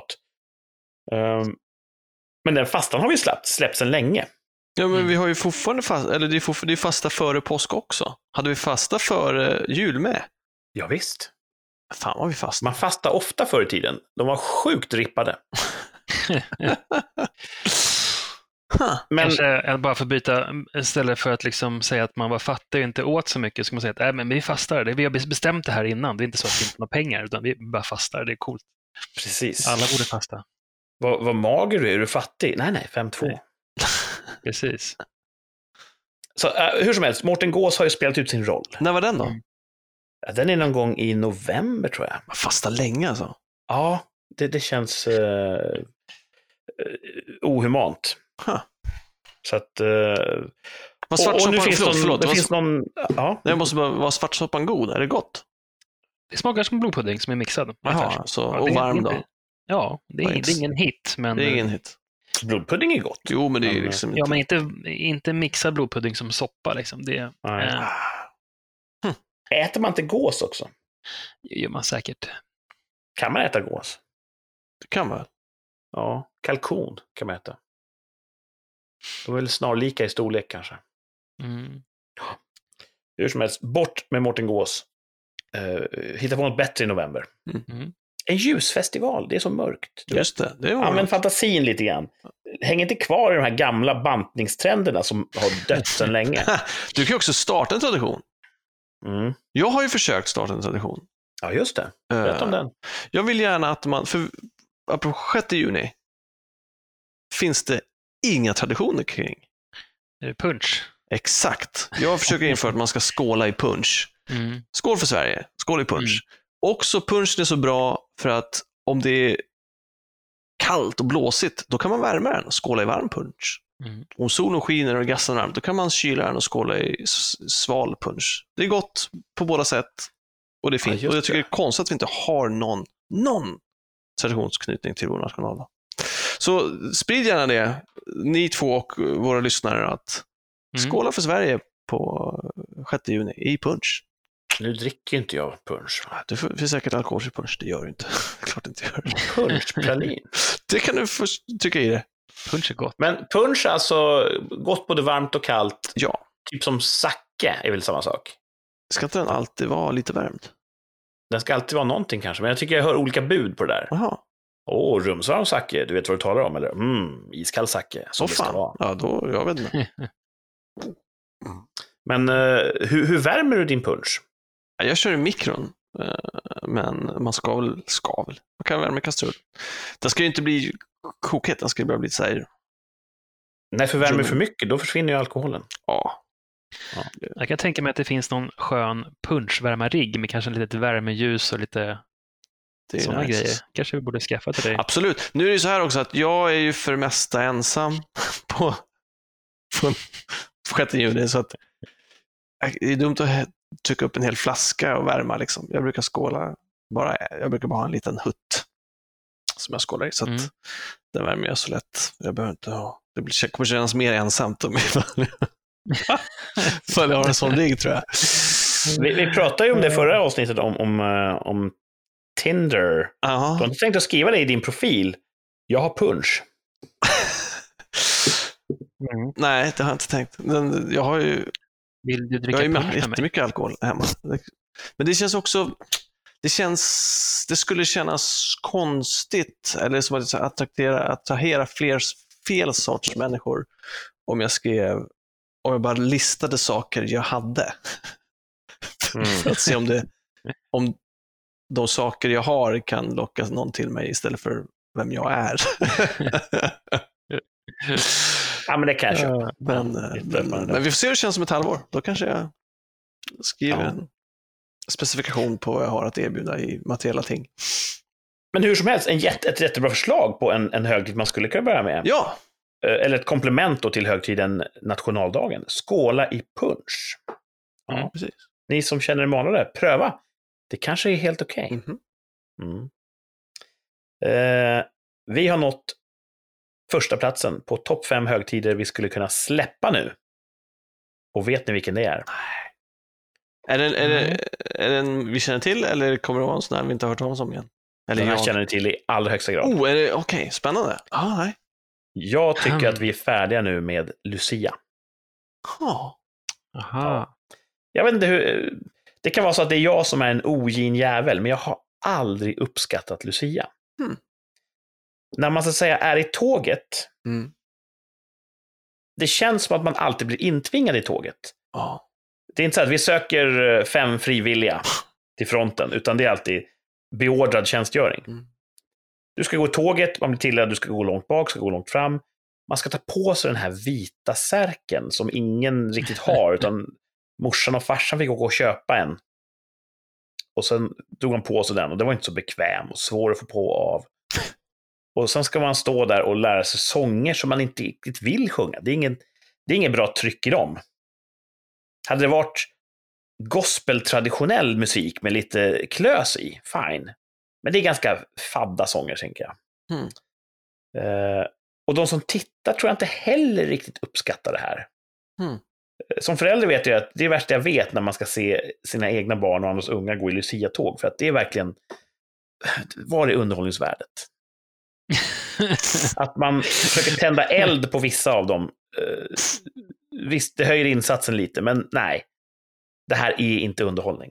Men den fastan har vi släppt sedan länge. Ja, men vi har ju fortfarande det är fasta före påsk också. Hade vi fasta före jul med? Ja, visst. Fan vad vi fast. Man fastade ofta förr i tiden. De var sjukt rippade. Men kanske bara för att byta, istället för att liksom säga att man var fattig och inte åt så mycket, så ska man säga att men vi fastar. Vi har bestämt det här innan. Det är inte så att vi inte har pengar, utan vi bara fastar. Det är coolt. Precis. Alla borde fasta. Vad mager du är? Är du fattig? Nej, 5-2. Precis. Så hur som helst, Mårten Gås har ju spelat ut sin roll. När var den då? Den är någon gång i november, tror jag. Man fastar länge alltså. Ja, det känns ohumant. Så att... Var svartsoppan, det finns någon... Ja. Jag måste bara, var svartsoppan god? Är det gott? Det smakar som blodpudding som är mixad. Jaha, och varm då? Ja, det är ingen hit. Men... Det är ingen hit. Blodpudding är gott. Jo, men det är ju liksom inte... Ja, men inte mixad blodpudding som soppa liksom. Det Äter man inte gås också? Det gör man säkert. Kan man äta gås? Det kan man. Ja, kalkon kan man äta. De är väl snarlika i storlek kanske. Hur som helst, bort med Mårten Gås. Hitta på något bättre i november. En ljusfestival, det är så mörkt. Just det. Använd fantasin lite grann. häng inte kvar i de här gamla bantningstrenderna som har dött sedan länge. Du kan ju också starta en tradition. Jag har ju försökt starta en tradition. Ja, just det. Berätta om den. Jag vill gärna att man, för på 6 juni finns det inga traditioner kring. Punch. Exakt. Jag försöker införa att man ska skåla i punch. Skål för Sverige. Skål i punch. Också punchen är så bra för att om det är kallt och blåsigt, då kan man värma den och skåla i varm punch. Om solen skiner och gassen är varmt, då kan man kyla den och skåla i sval punch. Det är gott på båda sätt och det är fint. Och jag tycker det är konstigt att vi inte har någon traditionsknytning till vår nationaldag. Så sprid gärna det, ni två och våra lyssnare, att skåla för Sverige på 6 juni i punch. Nu dricker inte jag punch. Det finns säkert alkohol i punch, det gör du inte. Klart inte gör. Punschpralin. Det kan du först tycka i det. Punch är gott. Men punch är alltså gott både varmt och kallt. Ja. Typ som sake är väl samma sak. Ska inte den alltid vara lite värmd? Den ska alltid vara någonting kanske, men jag tycker jag hör olika bud på det där. Jaha. Rumsvarm sake, du vet vad du talar om, eller? Iskall sake, som det ska vara. Ja, då, jag vet inte. Men hur värmer du din punch? Jag kör i mikron, men man ska väl. Man kan värma i kastrull. Den ska ju inte bli kokhet, den ska ju bara bli så här. Nej, för värmer för mycket, då försvinner ju alkoholen. Ja. Jag kan tänka mig att det finns någon skön punschvärmarigg med kanske lite värmeljus och lite sådana grejer. Kanske vi borde skaffa till dig. Absolut. Nu är det ju så här också att jag är ju för det mesta ensam på 6 juni, så att det är dumt att trycka upp en hel flaska och värma liksom. Jag brukar jag brukar bara ha en liten hutt som jag skålar i, så att den värmer jag så lätt. Jag behöver inte ha, det kommer kännas mer ensamt om för jag har en sån rigg, tror jag. Vi pratade ju om det förra avsnittet om Tinder. Du har inte tänkt att skriva det i din profil. Jag har punch. Nej, det har jag inte tänkt. Jag har ju Vill du dricka punch jättemycket alkohol hemma. Men det känns också, det skulle kännas konstigt, eller som att attrahera fel sorts människor om jag bara listade saker jag hade. För att se om de saker jag har kan locka någon till mig istället för vem jag är. Ja, men det kan jag köpa. Men vi får se hur det känns som ett halvår. Då kanske jag skriver en specifikation på vad jag har att erbjuda i materiella ting. Men hur som helst, ett jättebra förslag på en högtid man skulle kunna börja med. Ja. Eller ett komplement då till högtiden nationaldagen. Skåla i punch. Ja, precis. Ni som känner er manade, pröva. Det kanske är helt okej. Vi har nått första platsen på topp 5 högtider vi skulle kunna släppa nu. Och vet ni vilken det är? Är det en vi känner till, eller kommer det vara en sån här vi inte har hört talas om igen? Eller den här känner ni till i allra högsta grad. Är det okej? Spännande. Nej. Jag tycker att vi är färdiga nu med Lucia. Aha. Ja. Jag vet inte hur. Det kan vara så att det är jag som är en ogin jävel, men jag har aldrig uppskattat Lucia. När man så att säga är i tåget, det känns som att man alltid blir intvingad i tåget. Det är inte så att vi söker 5 frivilliga till fronten, utan det är alltid beordrad tjänstgöring. Du ska gå i tåget, man blir tilldelad, du ska gå långt bak, ska gå långt fram. Man ska ta på sig den här vita särken som ingen riktigt har, utan morsan och farsan fick gå och köpa en. Och sen drog man på sig den, och det var inte så bekväm och svår att få på och av. Och sen ska man stå där och lära sig sånger som man inte riktigt vill sjunga. Det är ingen bra tryck i dem. Hade det varit gospel-traditionell musik med lite klös i, fine. Men det är ganska fadda sånger, tänker jag. Och de som tittar tror jag inte heller riktigt uppskattar det här. Som förälder vet jag att det är värsta jag vet när man ska se sina egna barn och andras unga gå i Lucia-tåg. För att det är verkligen, var är underhållningsvärdet? Att man försöker tända eld på vissa av dem. Visst, det höjer insatsen lite, men nej. Det här är inte underhållning.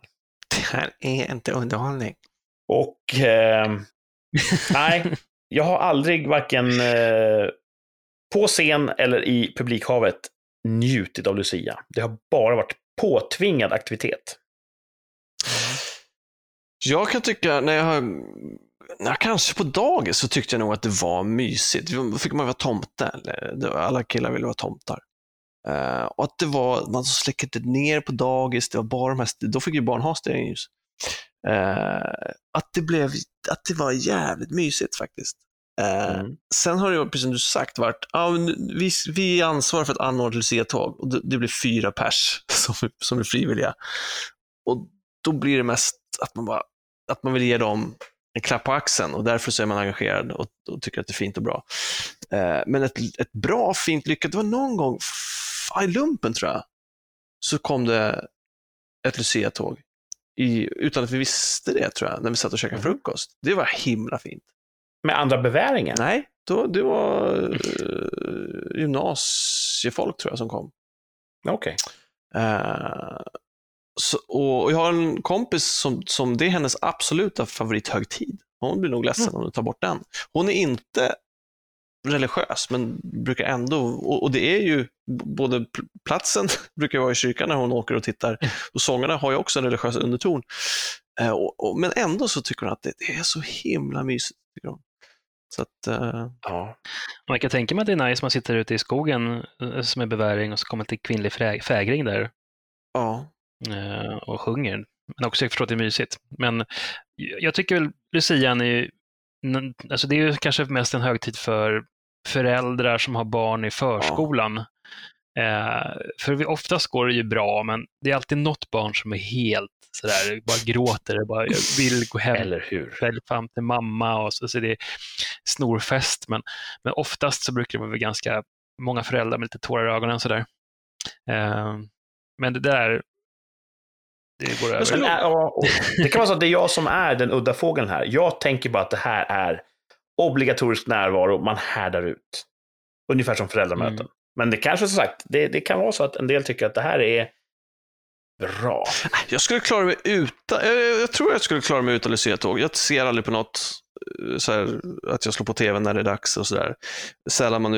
Och nej, jag har aldrig varken på scen eller i publikhavet njutit av Lucia. Det har bara varit påtvingad aktivitet. Jag kan tycka, när kanske på dagis så tyckte jag nog att det var mysigt. Då fick man vara tomte. Alla killar ville vara tomtar. Och att det var, man släckte ner på dagis, det var bara de här, då fick ju barn ha stearinljus. Att det var jävligt mysigt faktiskt. Sen har det, precis som du sagt, varit vi är ansvariga för att anordna Lucia-tåg och det blir 4 pers som är frivilliga. Och då blir det mest att man vill ge dem en klapp på axeln och därför så är man engagerad och tycker att det är fint och bra. Men ett bra, fint, lyckat, det var någon gång i lumpen tror jag, så kom det ett Lucia-tåg utan att vi visste det, tror jag, när vi satt och käkade frukost. Det var himla fint. Med andra beväringar? Nej, det var gymnasiefolk tror jag som kom. Okej. Och jag har en kompis som det är hennes absoluta favorithögtid. Hon blir nog ledsen om du tar bort den. Hon är inte religiös, men brukar ändå, och det är ju både platsen brukar vara i kyrkan när hon åker och tittar, och sångerna har ju också en religiös underton. Men ändå så tycker hon att det är så himla mysigt, tycker hon. Så att, ja. Man kan tänka mig att det är nice man sitter ute i skogen som är beväring och så kommer till kvinnlig fägring där. Ja. Och sjunger. Men också jag förstår att det är mysigt. Men jag tycker väl Lucian är, alltså det är ju kanske mest en högtid för föräldrar som har barn i förskolan. För oftast går det ju bra, men det är alltid något barn som är helt sådär, bara gråter, bara jag vill gå hem. Eller hur? Själv fram till mamma och så det är snorfest. Men oftast så brukar det vara ganska många föräldrar med lite tårar i ögonen sådär. Men det där det går över. Det kan vara så att det är jag som är den udda fågeln här. Jag tänker bara att det här är obligatorisk närvaro, man härdar ut. Ungefär som föräldramöten. Men det kanske, som sagt, det kan vara så att en del tycker att det här är bra. Jag skulle klara mig utan, jag tror jag skulle klara mig utan Lucia-tåg. Jag ser aldrig på något så här, att jag slår på tv när det är dags och sådär. Det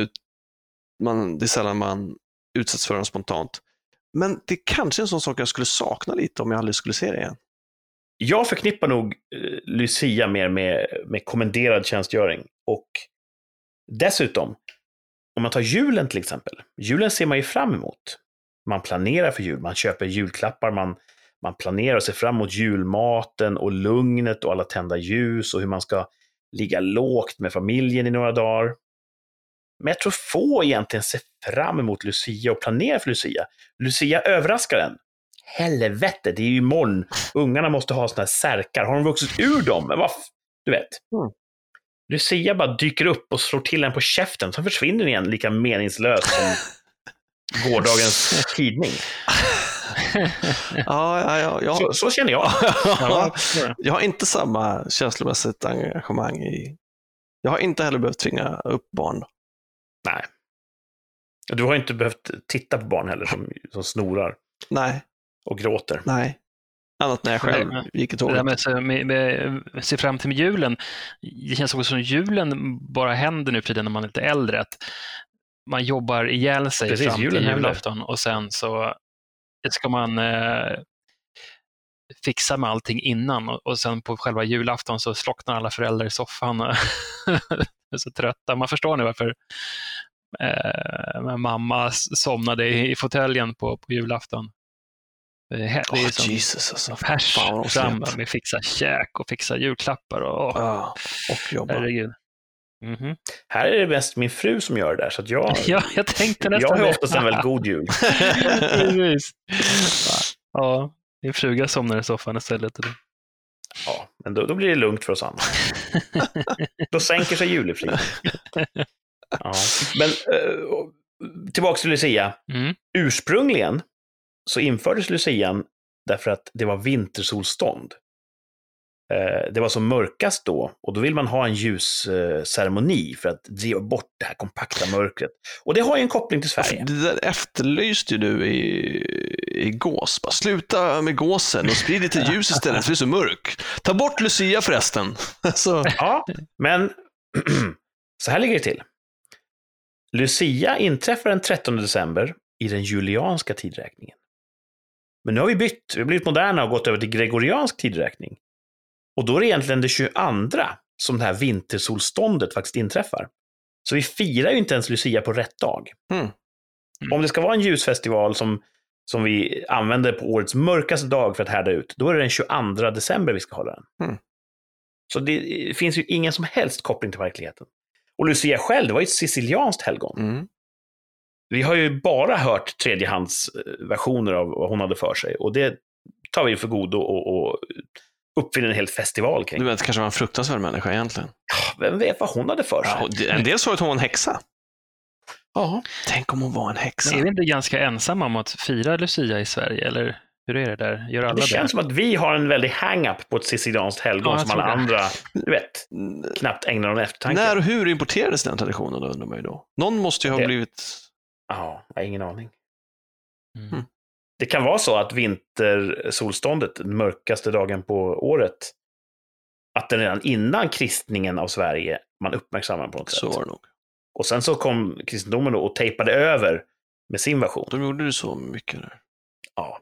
är sällan man utsätts för dem spontant. Men det är kanske en sån sak jag skulle sakna lite om jag aldrig skulle se det igen. Jag förknippar nog Lucia mer med kommenderad tjänstgöring. Och dessutom, om man tar julen till exempel. Julen ser man ju fram emot. Man planerar för jul, man köper julklappar, man planerar och ser fram emot julmaten och lugnet och alla tända ljus och hur man ska ligga lågt med familjen i några dagar. Men jag tror få egentligen ser fram emot Lucia och planerar för Lucia. Lucia överraskar en. Helvete, det är ju imorgon. Ungarna måste ha såna här särkar. Har de vuxit ur dem? Men du vet. Lucia bara dyker upp och slår till en på käften. Så försvinner den igen lika meningslös som gårdagens tidning. Ja. Så känner jag. Jag har inte samma känslomässigt engagemang i. Jag har inte heller behövt tvinga upp barn. Nej. Du har inte behövt titta på barn heller som snorar. Nej. Och gråter. Nej. Annat när jag själv gick i tåget. Det där med se fram till julen. Det känns också som julen bara händer nu för tiden när man är lite äldre. Att man jobbar ihjäl sig fram till julafton och sen så ska man fixa med allting innan och sen på själva julafton så slocknar alla föräldrar i soffan och är så trötta. Man förstår nu varför mamma somnade i fåtöljen på julafton. Det är som Jesus, alltså. Pers fram med fixa käk och fixa julklappar och jobba. Herregud. Här är det mest min fru som gör det där, så att jag tänkte nästan jag har oftast en väldigt god jul. Ja, din fruga somnar i soffan istället. Ja, men då blir det lugnt för oss andra. Då sänker sig julefriden. Ja. Men tillbaka till Lucia. Ursprungligen så infördes Lucian därför att det var vintersolstånd. Det var som mörkast då, och då vill man ha en ljusceremoni för att driva bort det här kompakta mörkret. Och det har ju en koppling till Sverige. Det där efterlyste ju du i gås. Bara sluta med gåsen och sprid lite ljus istället för det är så mörk. Ta bort Lucia förresten. Ja, men så här ligger det till. Lucia inträffar den 13 december i den julianska tidräkningen. Men nu har vi bytt. Vi har blivit moderna och gått över till gregoriansk tidräkning. Och då är det egentligen det 22 som det här vintersolståndet faktiskt inträffar. Så vi firar ju inte ens Lucia på rätt dag. Om det ska vara en ljusfestival som vi använder på årets mörkaste dag för att härda ut, då är det den 22 december vi ska hålla den. Så det finns ju ingen som helst koppling till verkligheten. Och Lucia själv, det var ju ett sicilianskt helgon. Vi har ju bara hört tredjehandsversioner av vad hon hade för sig. Och det tar vi för god och uppfinner en hel festival kring. Du vet, kanske var en fruktansvärd människa egentligen. Vem vet vad hon hade för sig? Ja, en del sa att hon var en häxa. Ja, tänk om hon var en häxa. Men är vi inte ganska ensamma om att fira Lucia i Sverige? Eller hur är det där? Gör alla det känns som att vi har en väldig hang-up på ett sicilianskt helgon som alla andra, du vet, knappt ägnar någon eftertanke. När och hur importerades den traditionen, undrar man ju då? Någon måste ju ha blivit... Ja, jag har ingen aning. Det kan vara så att vintersolståndet, den mörkaste dagen på året, att den redan innan kristningen av Sverige man uppmärksammar på något sätt. Så var det nog. Och sen så kom kristendomen då och tejpade över med sin version. De gjorde det så mycket där. Ja.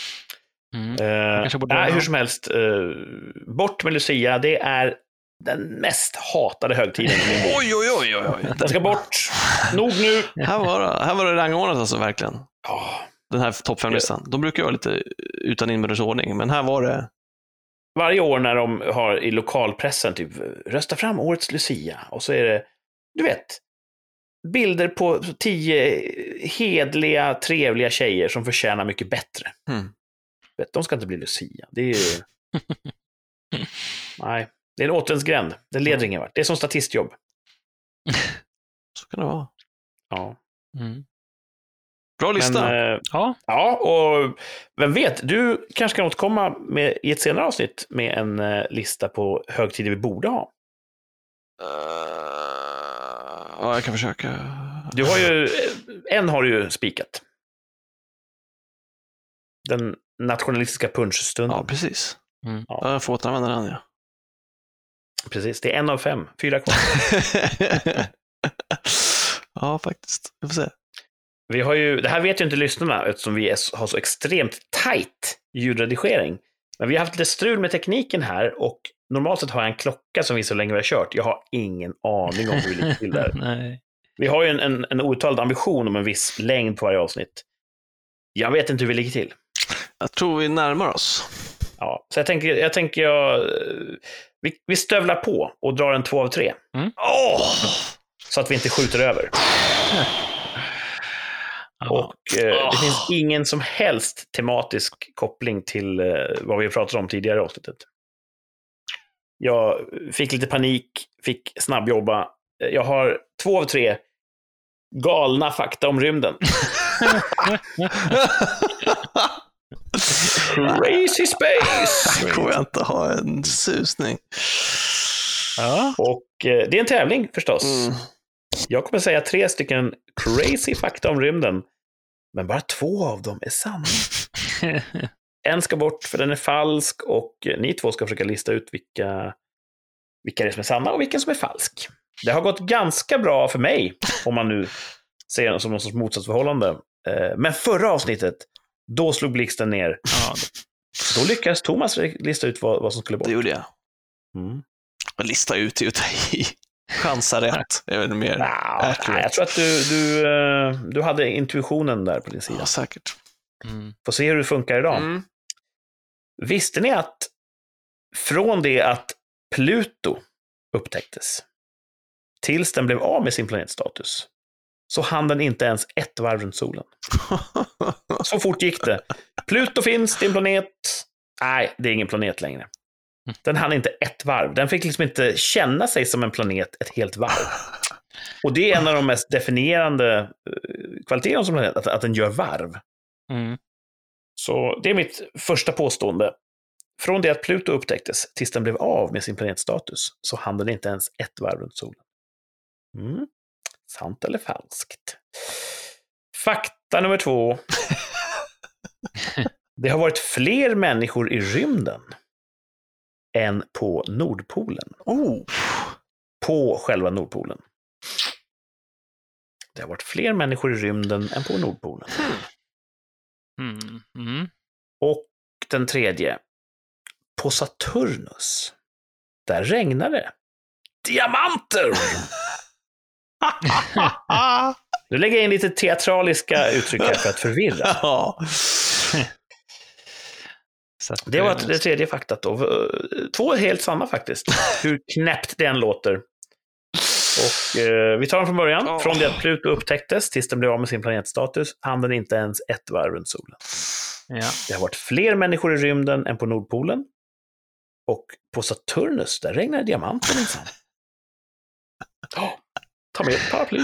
Hur som helst, bort med Lucia, det är den mest hatade högtiden. Oj. Den ska bort. Nog nu. Här var det rangordnat alltså, verkligen. Den här topp 5-listan. De brukar vara lite utan inbördes ordning, men här var det... Varje år när de har i lokalpressen typ rösta fram årets Lucia, och så är det, du vet, bilder på 10 hedliga, trevliga tjejer som förtjänar mycket bättre. De ska inte bli Lucia. Det är ju... Nej, det är en återvändsgränd. Det leder ingen vart. Det är som statistjobb. Så kan det vara. Ja. Bra lista. Men, ja, och vem vet, du kanske kan återkomma i ett senare avsnitt med en lista på högtider vi borde ha. Ja, jag kan försöka. Du har ju, en har du ju spikat. Den nationalistiska punschstunden. Ja, precis. Ja. Jag får återanvända den, ja. Precis, det är 1 av 5. 4 kvar. Ja, faktiskt. Vi får se. Vi har ju, det här vet ju inte lyssnarna eftersom vi har så extremt tight ljudredigering. Men vi har haft lite strul med tekniken här och normalt sett har jag en klocka som visar hur länge vi har kört. Jag har ingen aning om hur vi ligger till där. Nej. Vi har ju en outtalad ambition om en viss längd på varje avsnitt. Jag vet inte hur vi ligger till. Jag tror vi närmar oss. Ja, så jag tänker vi stövlar på och drar en 2 av 3. Så att vi inte skjuter över. Och det finns ingen som helst tematisk koppling till vad vi pratade om tidigare i avsnittet. Jag fick lite panik, fick snabbjobba. Jag har 2 av 3 galna fakta om rymden. Crazy space! Jag kommer inte ha en susning. Ja. Och det är en tävling förstås. Jag kommer säga 3 stycken crazy fakta om rymden. Men bara 2 av dem är sanna. En ska bort för den är falsk. Och ni 2 ska försöka lista ut vilka det är som är sanna och vilken som är falsk. Det har gått ganska bra för mig. Om man nu ser det som någon sorts motsatsförhållande. Men förra avsnittet, då slog blixten ner. Då lyckades Thomas lista ut vad som skulle bort. Det gjorde jag. Lista ut i chansa rätt. Det är väl mer jag tror att du hade intuitionen där på din sida. Ja, säkert. Får se hur det funkar idag. Visste ni att från det att Pluto upptäcktes tills den blev av med sin planetstatus så hann den inte ens ett varv runt solen. Så fort gick det. Pluto finns, det är en planet. Nej, det är ingen planet längre. Den hann inte ett varv. Den fick liksom inte känna sig som en planet ett helt varv. Och det är en av de mest definierande kvaliteterna som planet, att den gör varv. Så det är mitt första påstående. Från det att Pluto upptäcktes tills den blev av med sin planetstatus så hann den inte ens ett varv runt solen. Sant eller falskt? Fakta nummer 2. Det har varit fler människor i rymden än på Nordpolen. På själva Nordpolen. Det har varit fler människor i rymden än på Nordpolen. Och den tredje. På Saturnus. Där regnar det diamanter! Du lägger in lite teatraliska uttryck här för att förvirra. Ja. Det var det tredje faktat då. 2 helt sanna faktiskt. Hur knäppt det än låter. Och vi tar den från början. Från det att Pluto upptäcktes tills den blev av med sin planetstatus hann den inte ens ett varv runt solen. Ja. Det har varit fler människor i rymden än på Nordpolen. Och på Saturnus, där regnar diamanter minsann. Ta med ett paraply.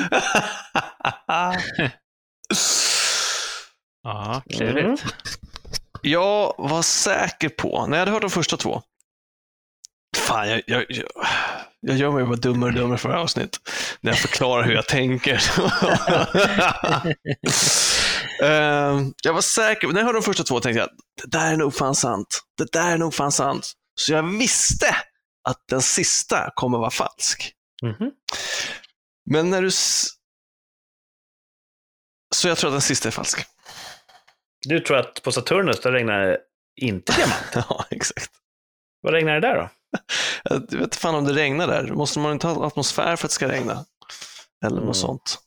Ja, klurigt. Jag var säker på, när jag hade hört de första 2. Fan, jag gör mig bara dummare och dummare för det här avsnitt. När jag förklarar hur jag tänker. Jag var säker, när jag hörde de första 2 tänkte jag, det där är nog fan sant. Så jag visste att den sista kommer vara falsk. Men när du... Så jag tror att den sista är falsk. Du tror att på Saturnus där regnar det inte diamanter? Ja, exakt. Vad regnar det där då? Jag vet fan om det regnar där. Måste man inte ha atmosfär för att det ska regna? Eller något sånt.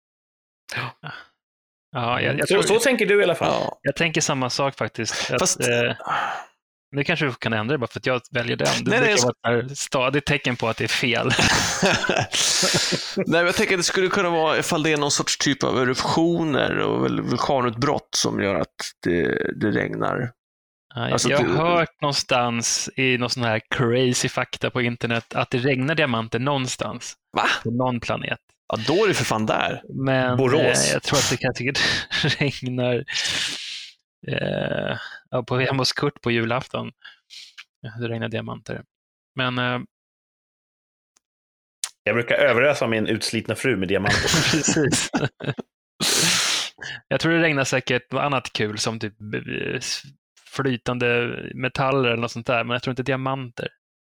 Ja, jag tror, så tänker du i alla fall. Ja. Jag tänker samma sak faktiskt. Fast... Det kanske du kan ändra bara för att jag väljer den. Det brukar vara ett stadigt tecken på att det är fel. Nej, men jag tänker att det skulle kunna vara ifall det är någon sorts typ av eruptioner och vulkanutbrott som gör att det regnar. Ja, jag har hört någonstans i någon sån här crazy fakta på internet att det regnar diamanter någonstans. Va? På någon planet. Ja, då är det för fan där. Men Borås. Jag tror att det kanske regnar hemma hos Kurt på julafton. Det regnar diamanter. Men jag brukar överösa min utslitna fru med diamanter. Precis. Jag tror det regnar säkert något annat kul som typ flytande metaller eller något sånt där, men jag tror inte diamanter.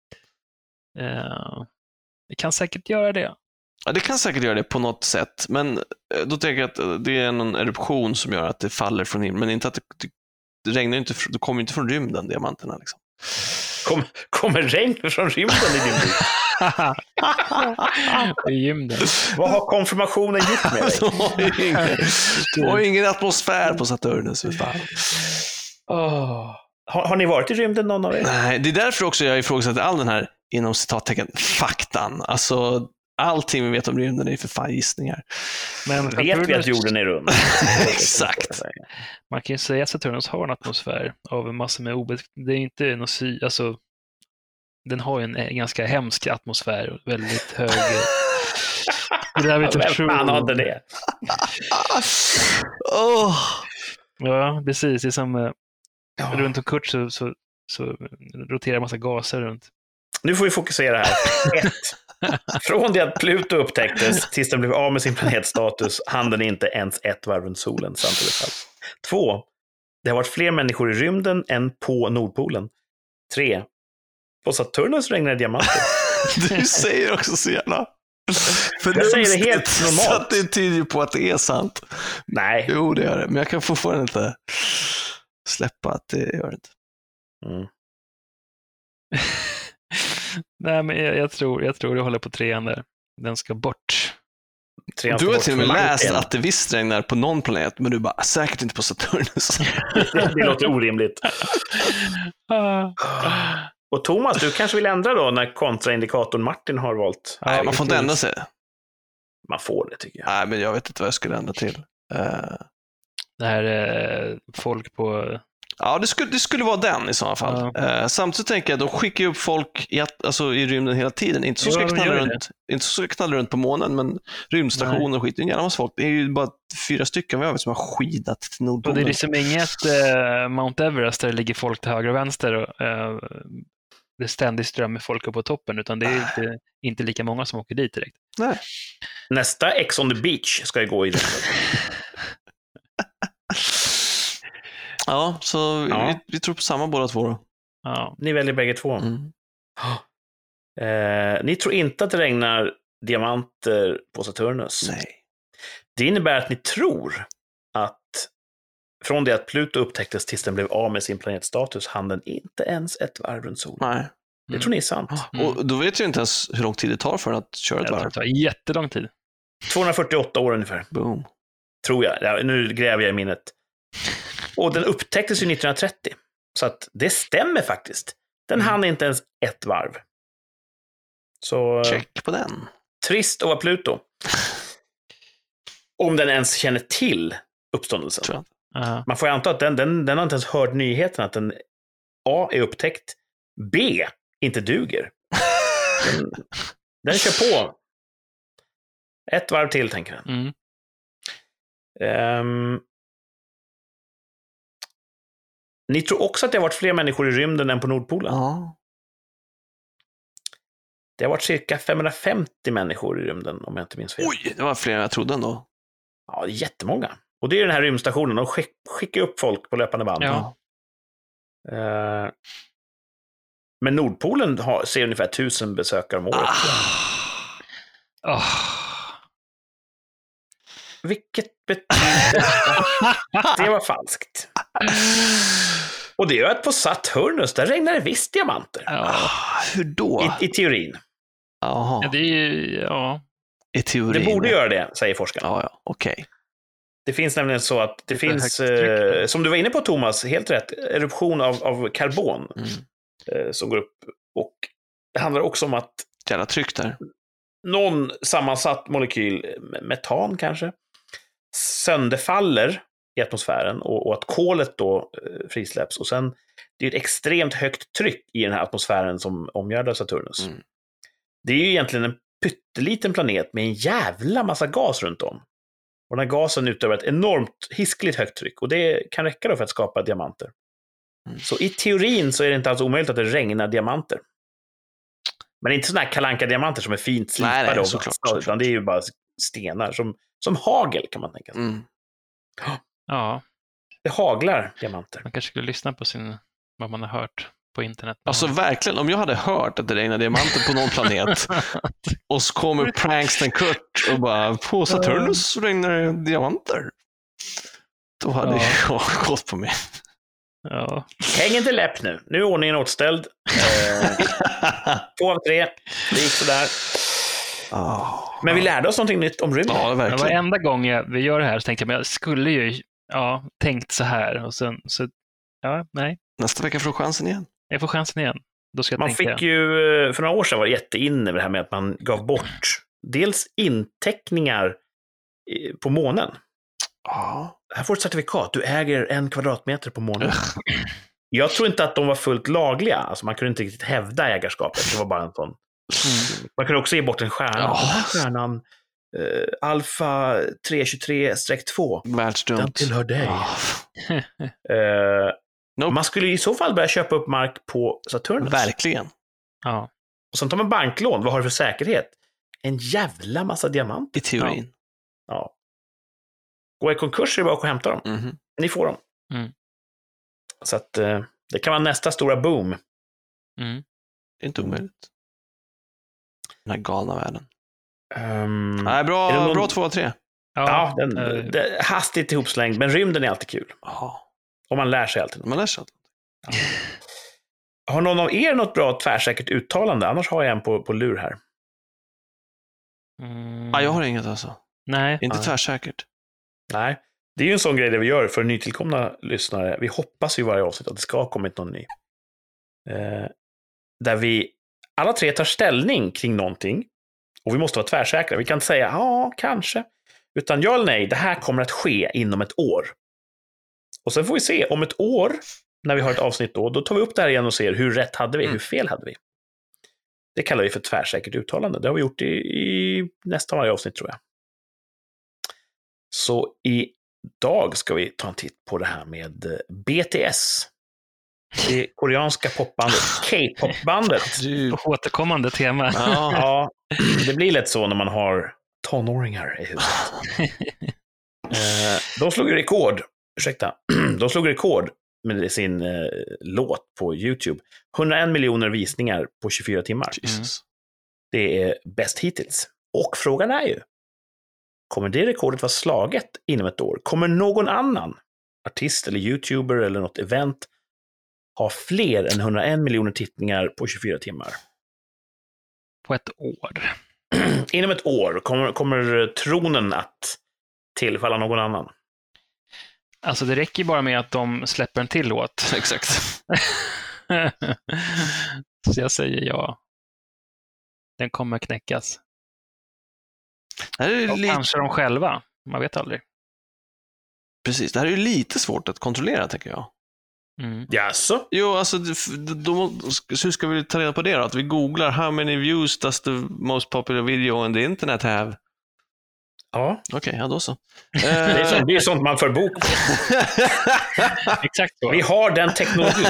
Det kan säkert göra det. Ja, det kan säkert göra det på något sätt, men då tänker jag att det är någon eruption som gör att det faller från himlen, men inte att det regnar inte, det kommer inte från rymden, diamanterna liksom. Kommer regn från rymden i din bil? I gymden. Vad har konfirmationen gjort med dig? Det var ingen atmosfär på Saturnus. Har ni varit i rymden någon av er? Nej, det är därför också jag ifrågasätter all den här inom citattecken faktan. Alltså allting vi vet om rymden är för fan gissningar. Men vet vi att jorden är rund? Exakt. Man kan ju säga att Saturnus har en atmosfär av massor med det är inte något alltså den har ju en ganska hemsk atmosfär, väldigt hög. Det där vet jag tror. Han hade det. Ja, precis. Det är som runt om Kurt så roterar en massa gaser runt. Nu får vi fokusera här. 1. Från det att Pluto upptäcktes tills den blev av med sin planetstatus hann den inte ens ett varv runt solen. Sant eller falskt? 2. Det har varit fler människor i rymden än på Nordpolen. 3. På Saturnus regnar diamanter. Du säger också så jävla... Jag säger det helt normalt. Så att det tyder på att det är sant. Nej. Jo, det gör det. Men jag kan fortfarande inte släppa att det gör det inte. Nej, men jag tror du håller på 3:an där. Den ska bort. Du har till och med läst att det visst regnar på någon planet, men du bara, säkert inte på Saturnus. Det låter orimligt. Och Thomas, du kanske vill ändra då när kontraindikatorn Martin har valt? Nej, man får inte ändra sig. Man får det, tycker jag. Nej, men jag vet inte vad jag skulle ändra till. Det här folk på... Ja, det skulle vara den i så fall. Samtidigt tänker jag, de skickar upp folk i rymden hela tiden. Inte så ska knalla runt på månen, men rymdstationer och skit. Det är en jävla massa folk. Det är ju bara 4 stycken som har skidat till Nordpolen. Och det är liksom inget Mount Everest där det ligger folk till höger och vänster och det ständigt strömmar folk upp på toppen, utan det är inte lika många som åker dit direkt. Nej. Nästa Ex on the Beach ska ju gå i rymden. Ja, så vi tror på samma båda två då. Ja. Ni väljer bägge två. Ni tror inte att det regnar diamanter på Saturnus? Nej. Det innebär att ni tror att från det att Pluto upptäcktes tills den blev av med sin planetstatus hann den inte ens ett varv runt solen. Nej. Det tror ni är sant. Och då vet jag inte ens hur lång tid det tar för att köra ett varv. Det tar jättelång tid. 248 år ungefär. Boom. Tror jag. Ja, nu gräver jag i minnet. Och den upptäcktes ju 1930. Så att det stämmer faktiskt. Den hann inte ens ett varv. Så check på den. Trist att vara Pluto. Om den ens känner till uppståndelsen. Man får ju anta att den har inte ens hört nyheten att den A är upptäckt, B inte duger. Den kör på. Ett varv till, tänker den. Ni tror också att det har varit fler människor i rymden än på Nordpolen? Ja. Det har varit cirka 550 människor i rymden, om jag inte minns fel. Oj, det var fler än jag trodde ändå. Ja, det är jättemånga. Och det är den här rymdstationen. De skickar upp folk på löpande band. Ja. Men Nordpolen ser ungefär 1000 besökare om året. Vilket betyder det var falskt. Och det gör att på Saturnus, där regnar det visst diamanter. Hur då? I teorin. Jaha. Ja, det är ju, I teorin. Det borde göra det, säger forskarna. Ja, okej. Det finns nämligen så att det finns, som du var inne på Thomas, helt rätt, eruption av karbon som går upp. Och det handlar också om att jävla tryck där. Någon sammansatt molekyl, metan kanske, sönderfaller i atmosfären och att kolet då frisläpps. Och sen, det är ett extremt högt tryck i den här atmosfären som omgärdar Saturnus. Det är ju egentligen en pytteliten planet med en jävla massa gas runt om. Och den här gasen utövar ett enormt hiskligt högt tryck. Och det kan räcka då för att skapa diamanter. Så i teorin så är det inte alls omöjligt att det regnar diamanter. Men det är inte sådana här Kalanka-diamanter som är fint slipade. Nej, såklart. Utan det är ju bara stenar. Som hagel, kan man tänka sig. Ja. Det haglar diamanter. Man kanske skulle lyssna på vad man har hört på internet. Alltså verkligen, om jag hade hört att det regnar diamanter på någon planet och så kommer pranksten Kurt och bara, på Saturnus regnar det diamanter. Då hade jag gått på mig. Ja. Häng inte läpp nu. Nu är ordningen återställd. 2 av 3. Det gick sådär. Men vi lärde oss någonting nytt om rymden. Ja, verkligen. Varenda gång vi gör det här så tänkte jag, men jag skulle ju tänkt så här. Och sen, nej. Nästa vecka får du chansen igen. Jag får chansen igen. Då ska jag man tänka. Fick ju, för några år sedan var det jätteinne med det här med att man gav bort dels inteckningar på månen. Här får du ett certifikat. Du äger 1 kvadratmeter på månen. Jag tror inte att de var fullt lagliga. Alltså man kunde inte riktigt hävda ägarskapet. Det var bara en sån. Man kunde också ge bort en stjärna. Den här stjärnan, Alfa 323-2. Världsdumt. Den tillhör dig. Nope. Man skulle i så fall börja köpa upp mark på Saturnus. Verkligen. Ja. Och sen tar man banklån. Vad har du för säkerhet? En jävla massa diamanter. I teorin. Ja. Gå i konkurs är det bara att hämta dem. Ni får dem. Så att det kan vara nästa stora boom. Det är inte omöjligt. Den här galna världen. Nej, bra 2 av 3. Ja, hastigt ihopslängd. Men rymden är alltid kul. Och man lär sig alltid. Man lär sig alltid. Har någon av er något bra tvärsäkert uttalande? Annars har jag en på lur här. Jag har inget alltså. Nej. Inte tvärsäkert. Nej. Det är ju en sån grej det vi gör för nytillkomna lyssnare. Vi hoppas ju varje avsnitt att det ska ha kommit någon ny. Där vi alla 3 tar ställning kring någonting. Och vi måste vara tvärsäkra. Vi kan inte säga, kanske. Utan ja eller nej, det här kommer att ske inom ett år. Och sen får vi se, om ett år, när vi har ett avsnitt då tar vi upp det här igen och ser hur rätt hade vi, hur fel hade vi. Det kallar vi för tvärsäkert uttalande. Det har vi gjort i nästan varje avsnitt, tror jag. Så idag ska vi ta en titt på det här med BTS. Det koreanska popbandet, K-popbandet. Återkommande tema. Ja, det blir lätt så när man har tonåringar i huset. De slog rekord. De slog rekord med sin låt på YouTube. 101 miljoner visningar på 24 timmar. Jesus. Det är bäst hittills. Och frågan är ju, kommer det rekordet vara slaget inom ett år? Kommer någon annan artist eller youtuber eller något event ha fler än 101 miljoner tittningar på 24 timmar? På ett år? Inom ett år kommer tronen att tillfalla någon annan. Alltså det räcker bara med att de släpper en till låt. Exakt. Så jag säger ja. Den kommer knäckas. Kanske de själva. Man vet aldrig. Precis, det här är ju lite svårt att kontrollera, tänker jag. Jaså? Jo, alltså, hur ska vi ta reda på det då? Att vi googlar how many views does the most popular video on the internet have? Ja. Okej, ja då så. Det är sånt man får bok på. Exakt så. Vi har den teknologin.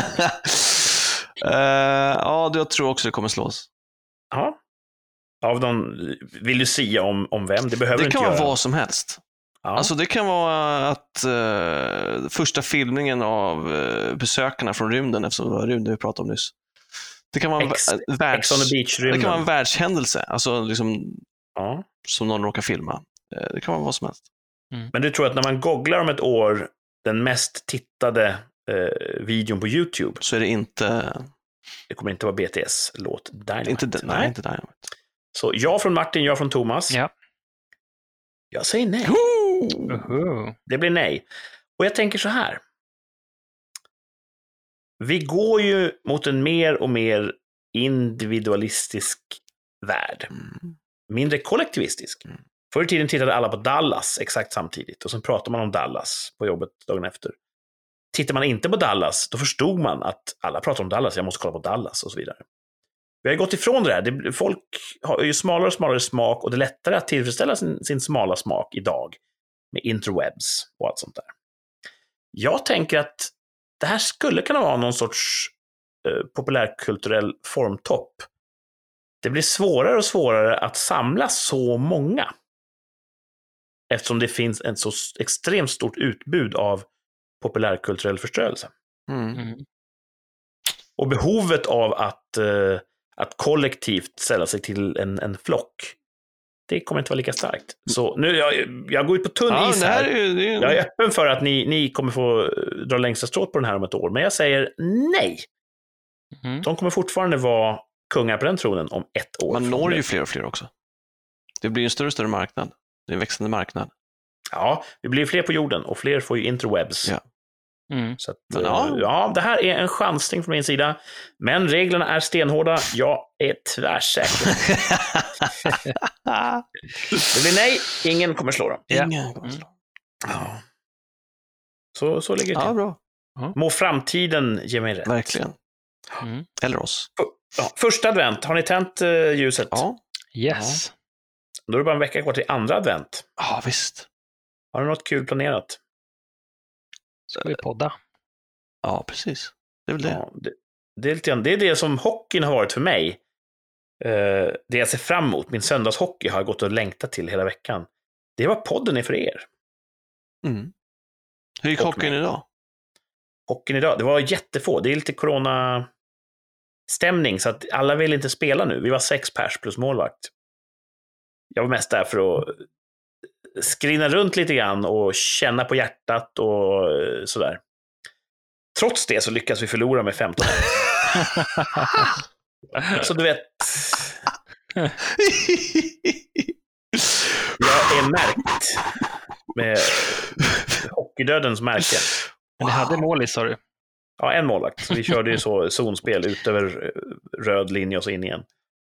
Ja, jag tror också det kommer slås. Ja. Av någon, vill du säga om vem? Det behöver det inte kan göra. vara vad som helst. Ja. Alltså det kan vara att första filmningen av besökarna från rymden, eftersom det var rymden vi pratade om nyss. Det kan vara det kan vara en världshändelse, alltså liksom, som någon råkar filma. Det kan vara vad som helst. Men du tror att när man googlar om ett år den mest tittade videon på YouTube, så är det inte... Det kommer inte vara BTS låt Dynamite. Inte Dynamite. Så jag från Martin, jag från Thomas. Ja. Jag säger nej. Det blir nej. Och jag tänker så här. Vi går ju mot en mer och mer individualistisk värld. Mindre kollektivistisk. Förr i tiden tittade alla på Dallas exakt samtidigt. Och sen pratade man om Dallas på jobbet dagen efter. Tittar man inte på Dallas, då förstod man att alla pratar om Dallas, jag måste kolla på Dallas och så vidare. Vi har gått ifrån det här. Folk har ju smalare och smalare smak och det är lättare att tillfredsställa sin smala smak idag med interwebs och allt sånt där. Jag tänker att det här skulle kunna vara någon sorts populärkulturell formtopp. Det blir svårare och svårare att samla så många. Eftersom det finns ett så extremt stort utbud av populärkulturell förstörelse. Och behovet av att kollektivt ställa sig till en flock, det kommer inte vara lika starkt. Så nu, jag går ut på tunn is här. Jag är öppen för att ni kommer få dra längsta strået på den här om ett år. Men jag säger nej. De kommer fortfarande vara kungar på den tronen om ett år. Man når ju fler och fler också. Det blir en större och större marknad. Det är en växande marknad. Ja, vi blir fler på jorden och fler får ju interwebs. Ja. Så att, det här är en chansning från min sida. Men reglerna är stenhårda. Jag är tvärsäker. Det blir nej. Ingen kommer slå dem. Ingen kommer slå. Ja. Så ligger det till. Ja, bra. Må framtiden ge mig rätt. Verkligen. Eller oss. Första advent. Har ni tänt ljuset? Ja. Yes. Då är det bara en vecka kvar till andra advent. Ja, visst. Har du något kul planerat? Ska vi podda? Ja, precis. Det är väl det. Ja, det är det som hockeyn har varit för mig. Det jag ser fram emot. Min söndagshockey har jag gått och längtat till hela veckan. Det var podden är för er. Hur gick hockeyn idag? Hockeyn idag, det var jättefå. Det är lite corona-stämning så att alla vill inte spela nu. Vi var 6 pers plus målvakt. Jag var mest där för att skrina runt lite grann och känna på hjärtat och sådär. Trots det så lyckas vi förlora med 15. Så du vet... Jag är märkt med hockeydödens märken. Men ni hade målis, sa du? Ja, en målvakt. Så vi körde ju så zonspel ut över röd linje och så in igen.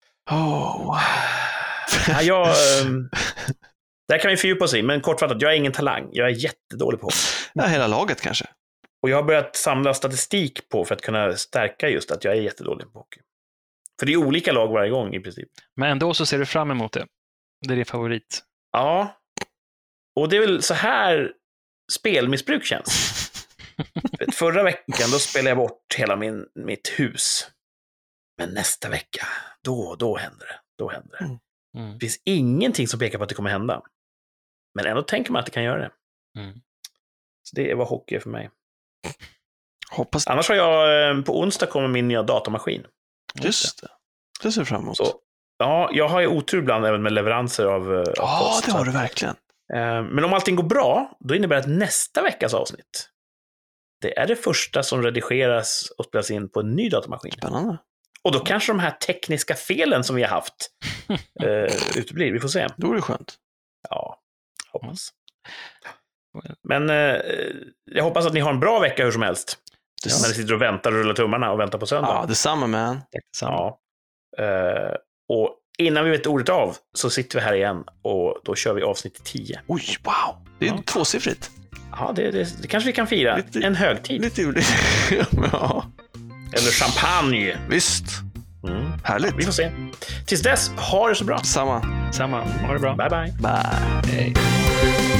Ja, där kan vi fördjupa oss i, men kortfattat, jag är ingen talang. Jag är jättedålig på hockey. Ja, hela laget kanske. Och jag har börjat samla statistik på för att kunna stärka just att jag är jättedålig på hockey. För det är olika lag varje gång i princip. Men ändå så ser du fram emot det. Det är din favorit. Ja. Och det är väl så här spelmissbruk känns. Förra veckan då spelade jag bort hela mitt hus. Men nästa vecka, då händer det. Då händer det. Det finns ingenting som pekar på att det kommer hända. Men ändå tänker man att det kan göra det. Så det är vad hockey är för mig. Hoppas det. Annars har jag på onsdag kommer min nya datamaskin. Just det. Det ser fram emot. Så, ja, jag har ju otur ibland även med leveranser av Ja, post. det har du verkligen. Men om allting går bra, då innebär det att nästa veckas avsnitt, det är det första som redigeras och spelas in på en ny datamaskin. Spännande. Och då kanske de här tekniska felen som vi har haft uteblir. Vi får se. Då är det skönt. Ja, hoppas. Men jag hoppas att ni har en bra vecka hur som helst. När ni sitter och väntar och rullar tummarna och väntar på söndag. Ja, detsamma, man. Ja. Och innan vi vet ordet av så sitter vi här igen och då kör vi avsnitt 10. Oj, wow. Det är tvåsiffrigt. Ja, det kanske vi kan fira. En högtid. Lite ja. Eller champagne. Visst. Härligt. Vi får se. Tills dess, ha det så bra. Samma. Ha det bra. Bye, bye. Bye. Hej.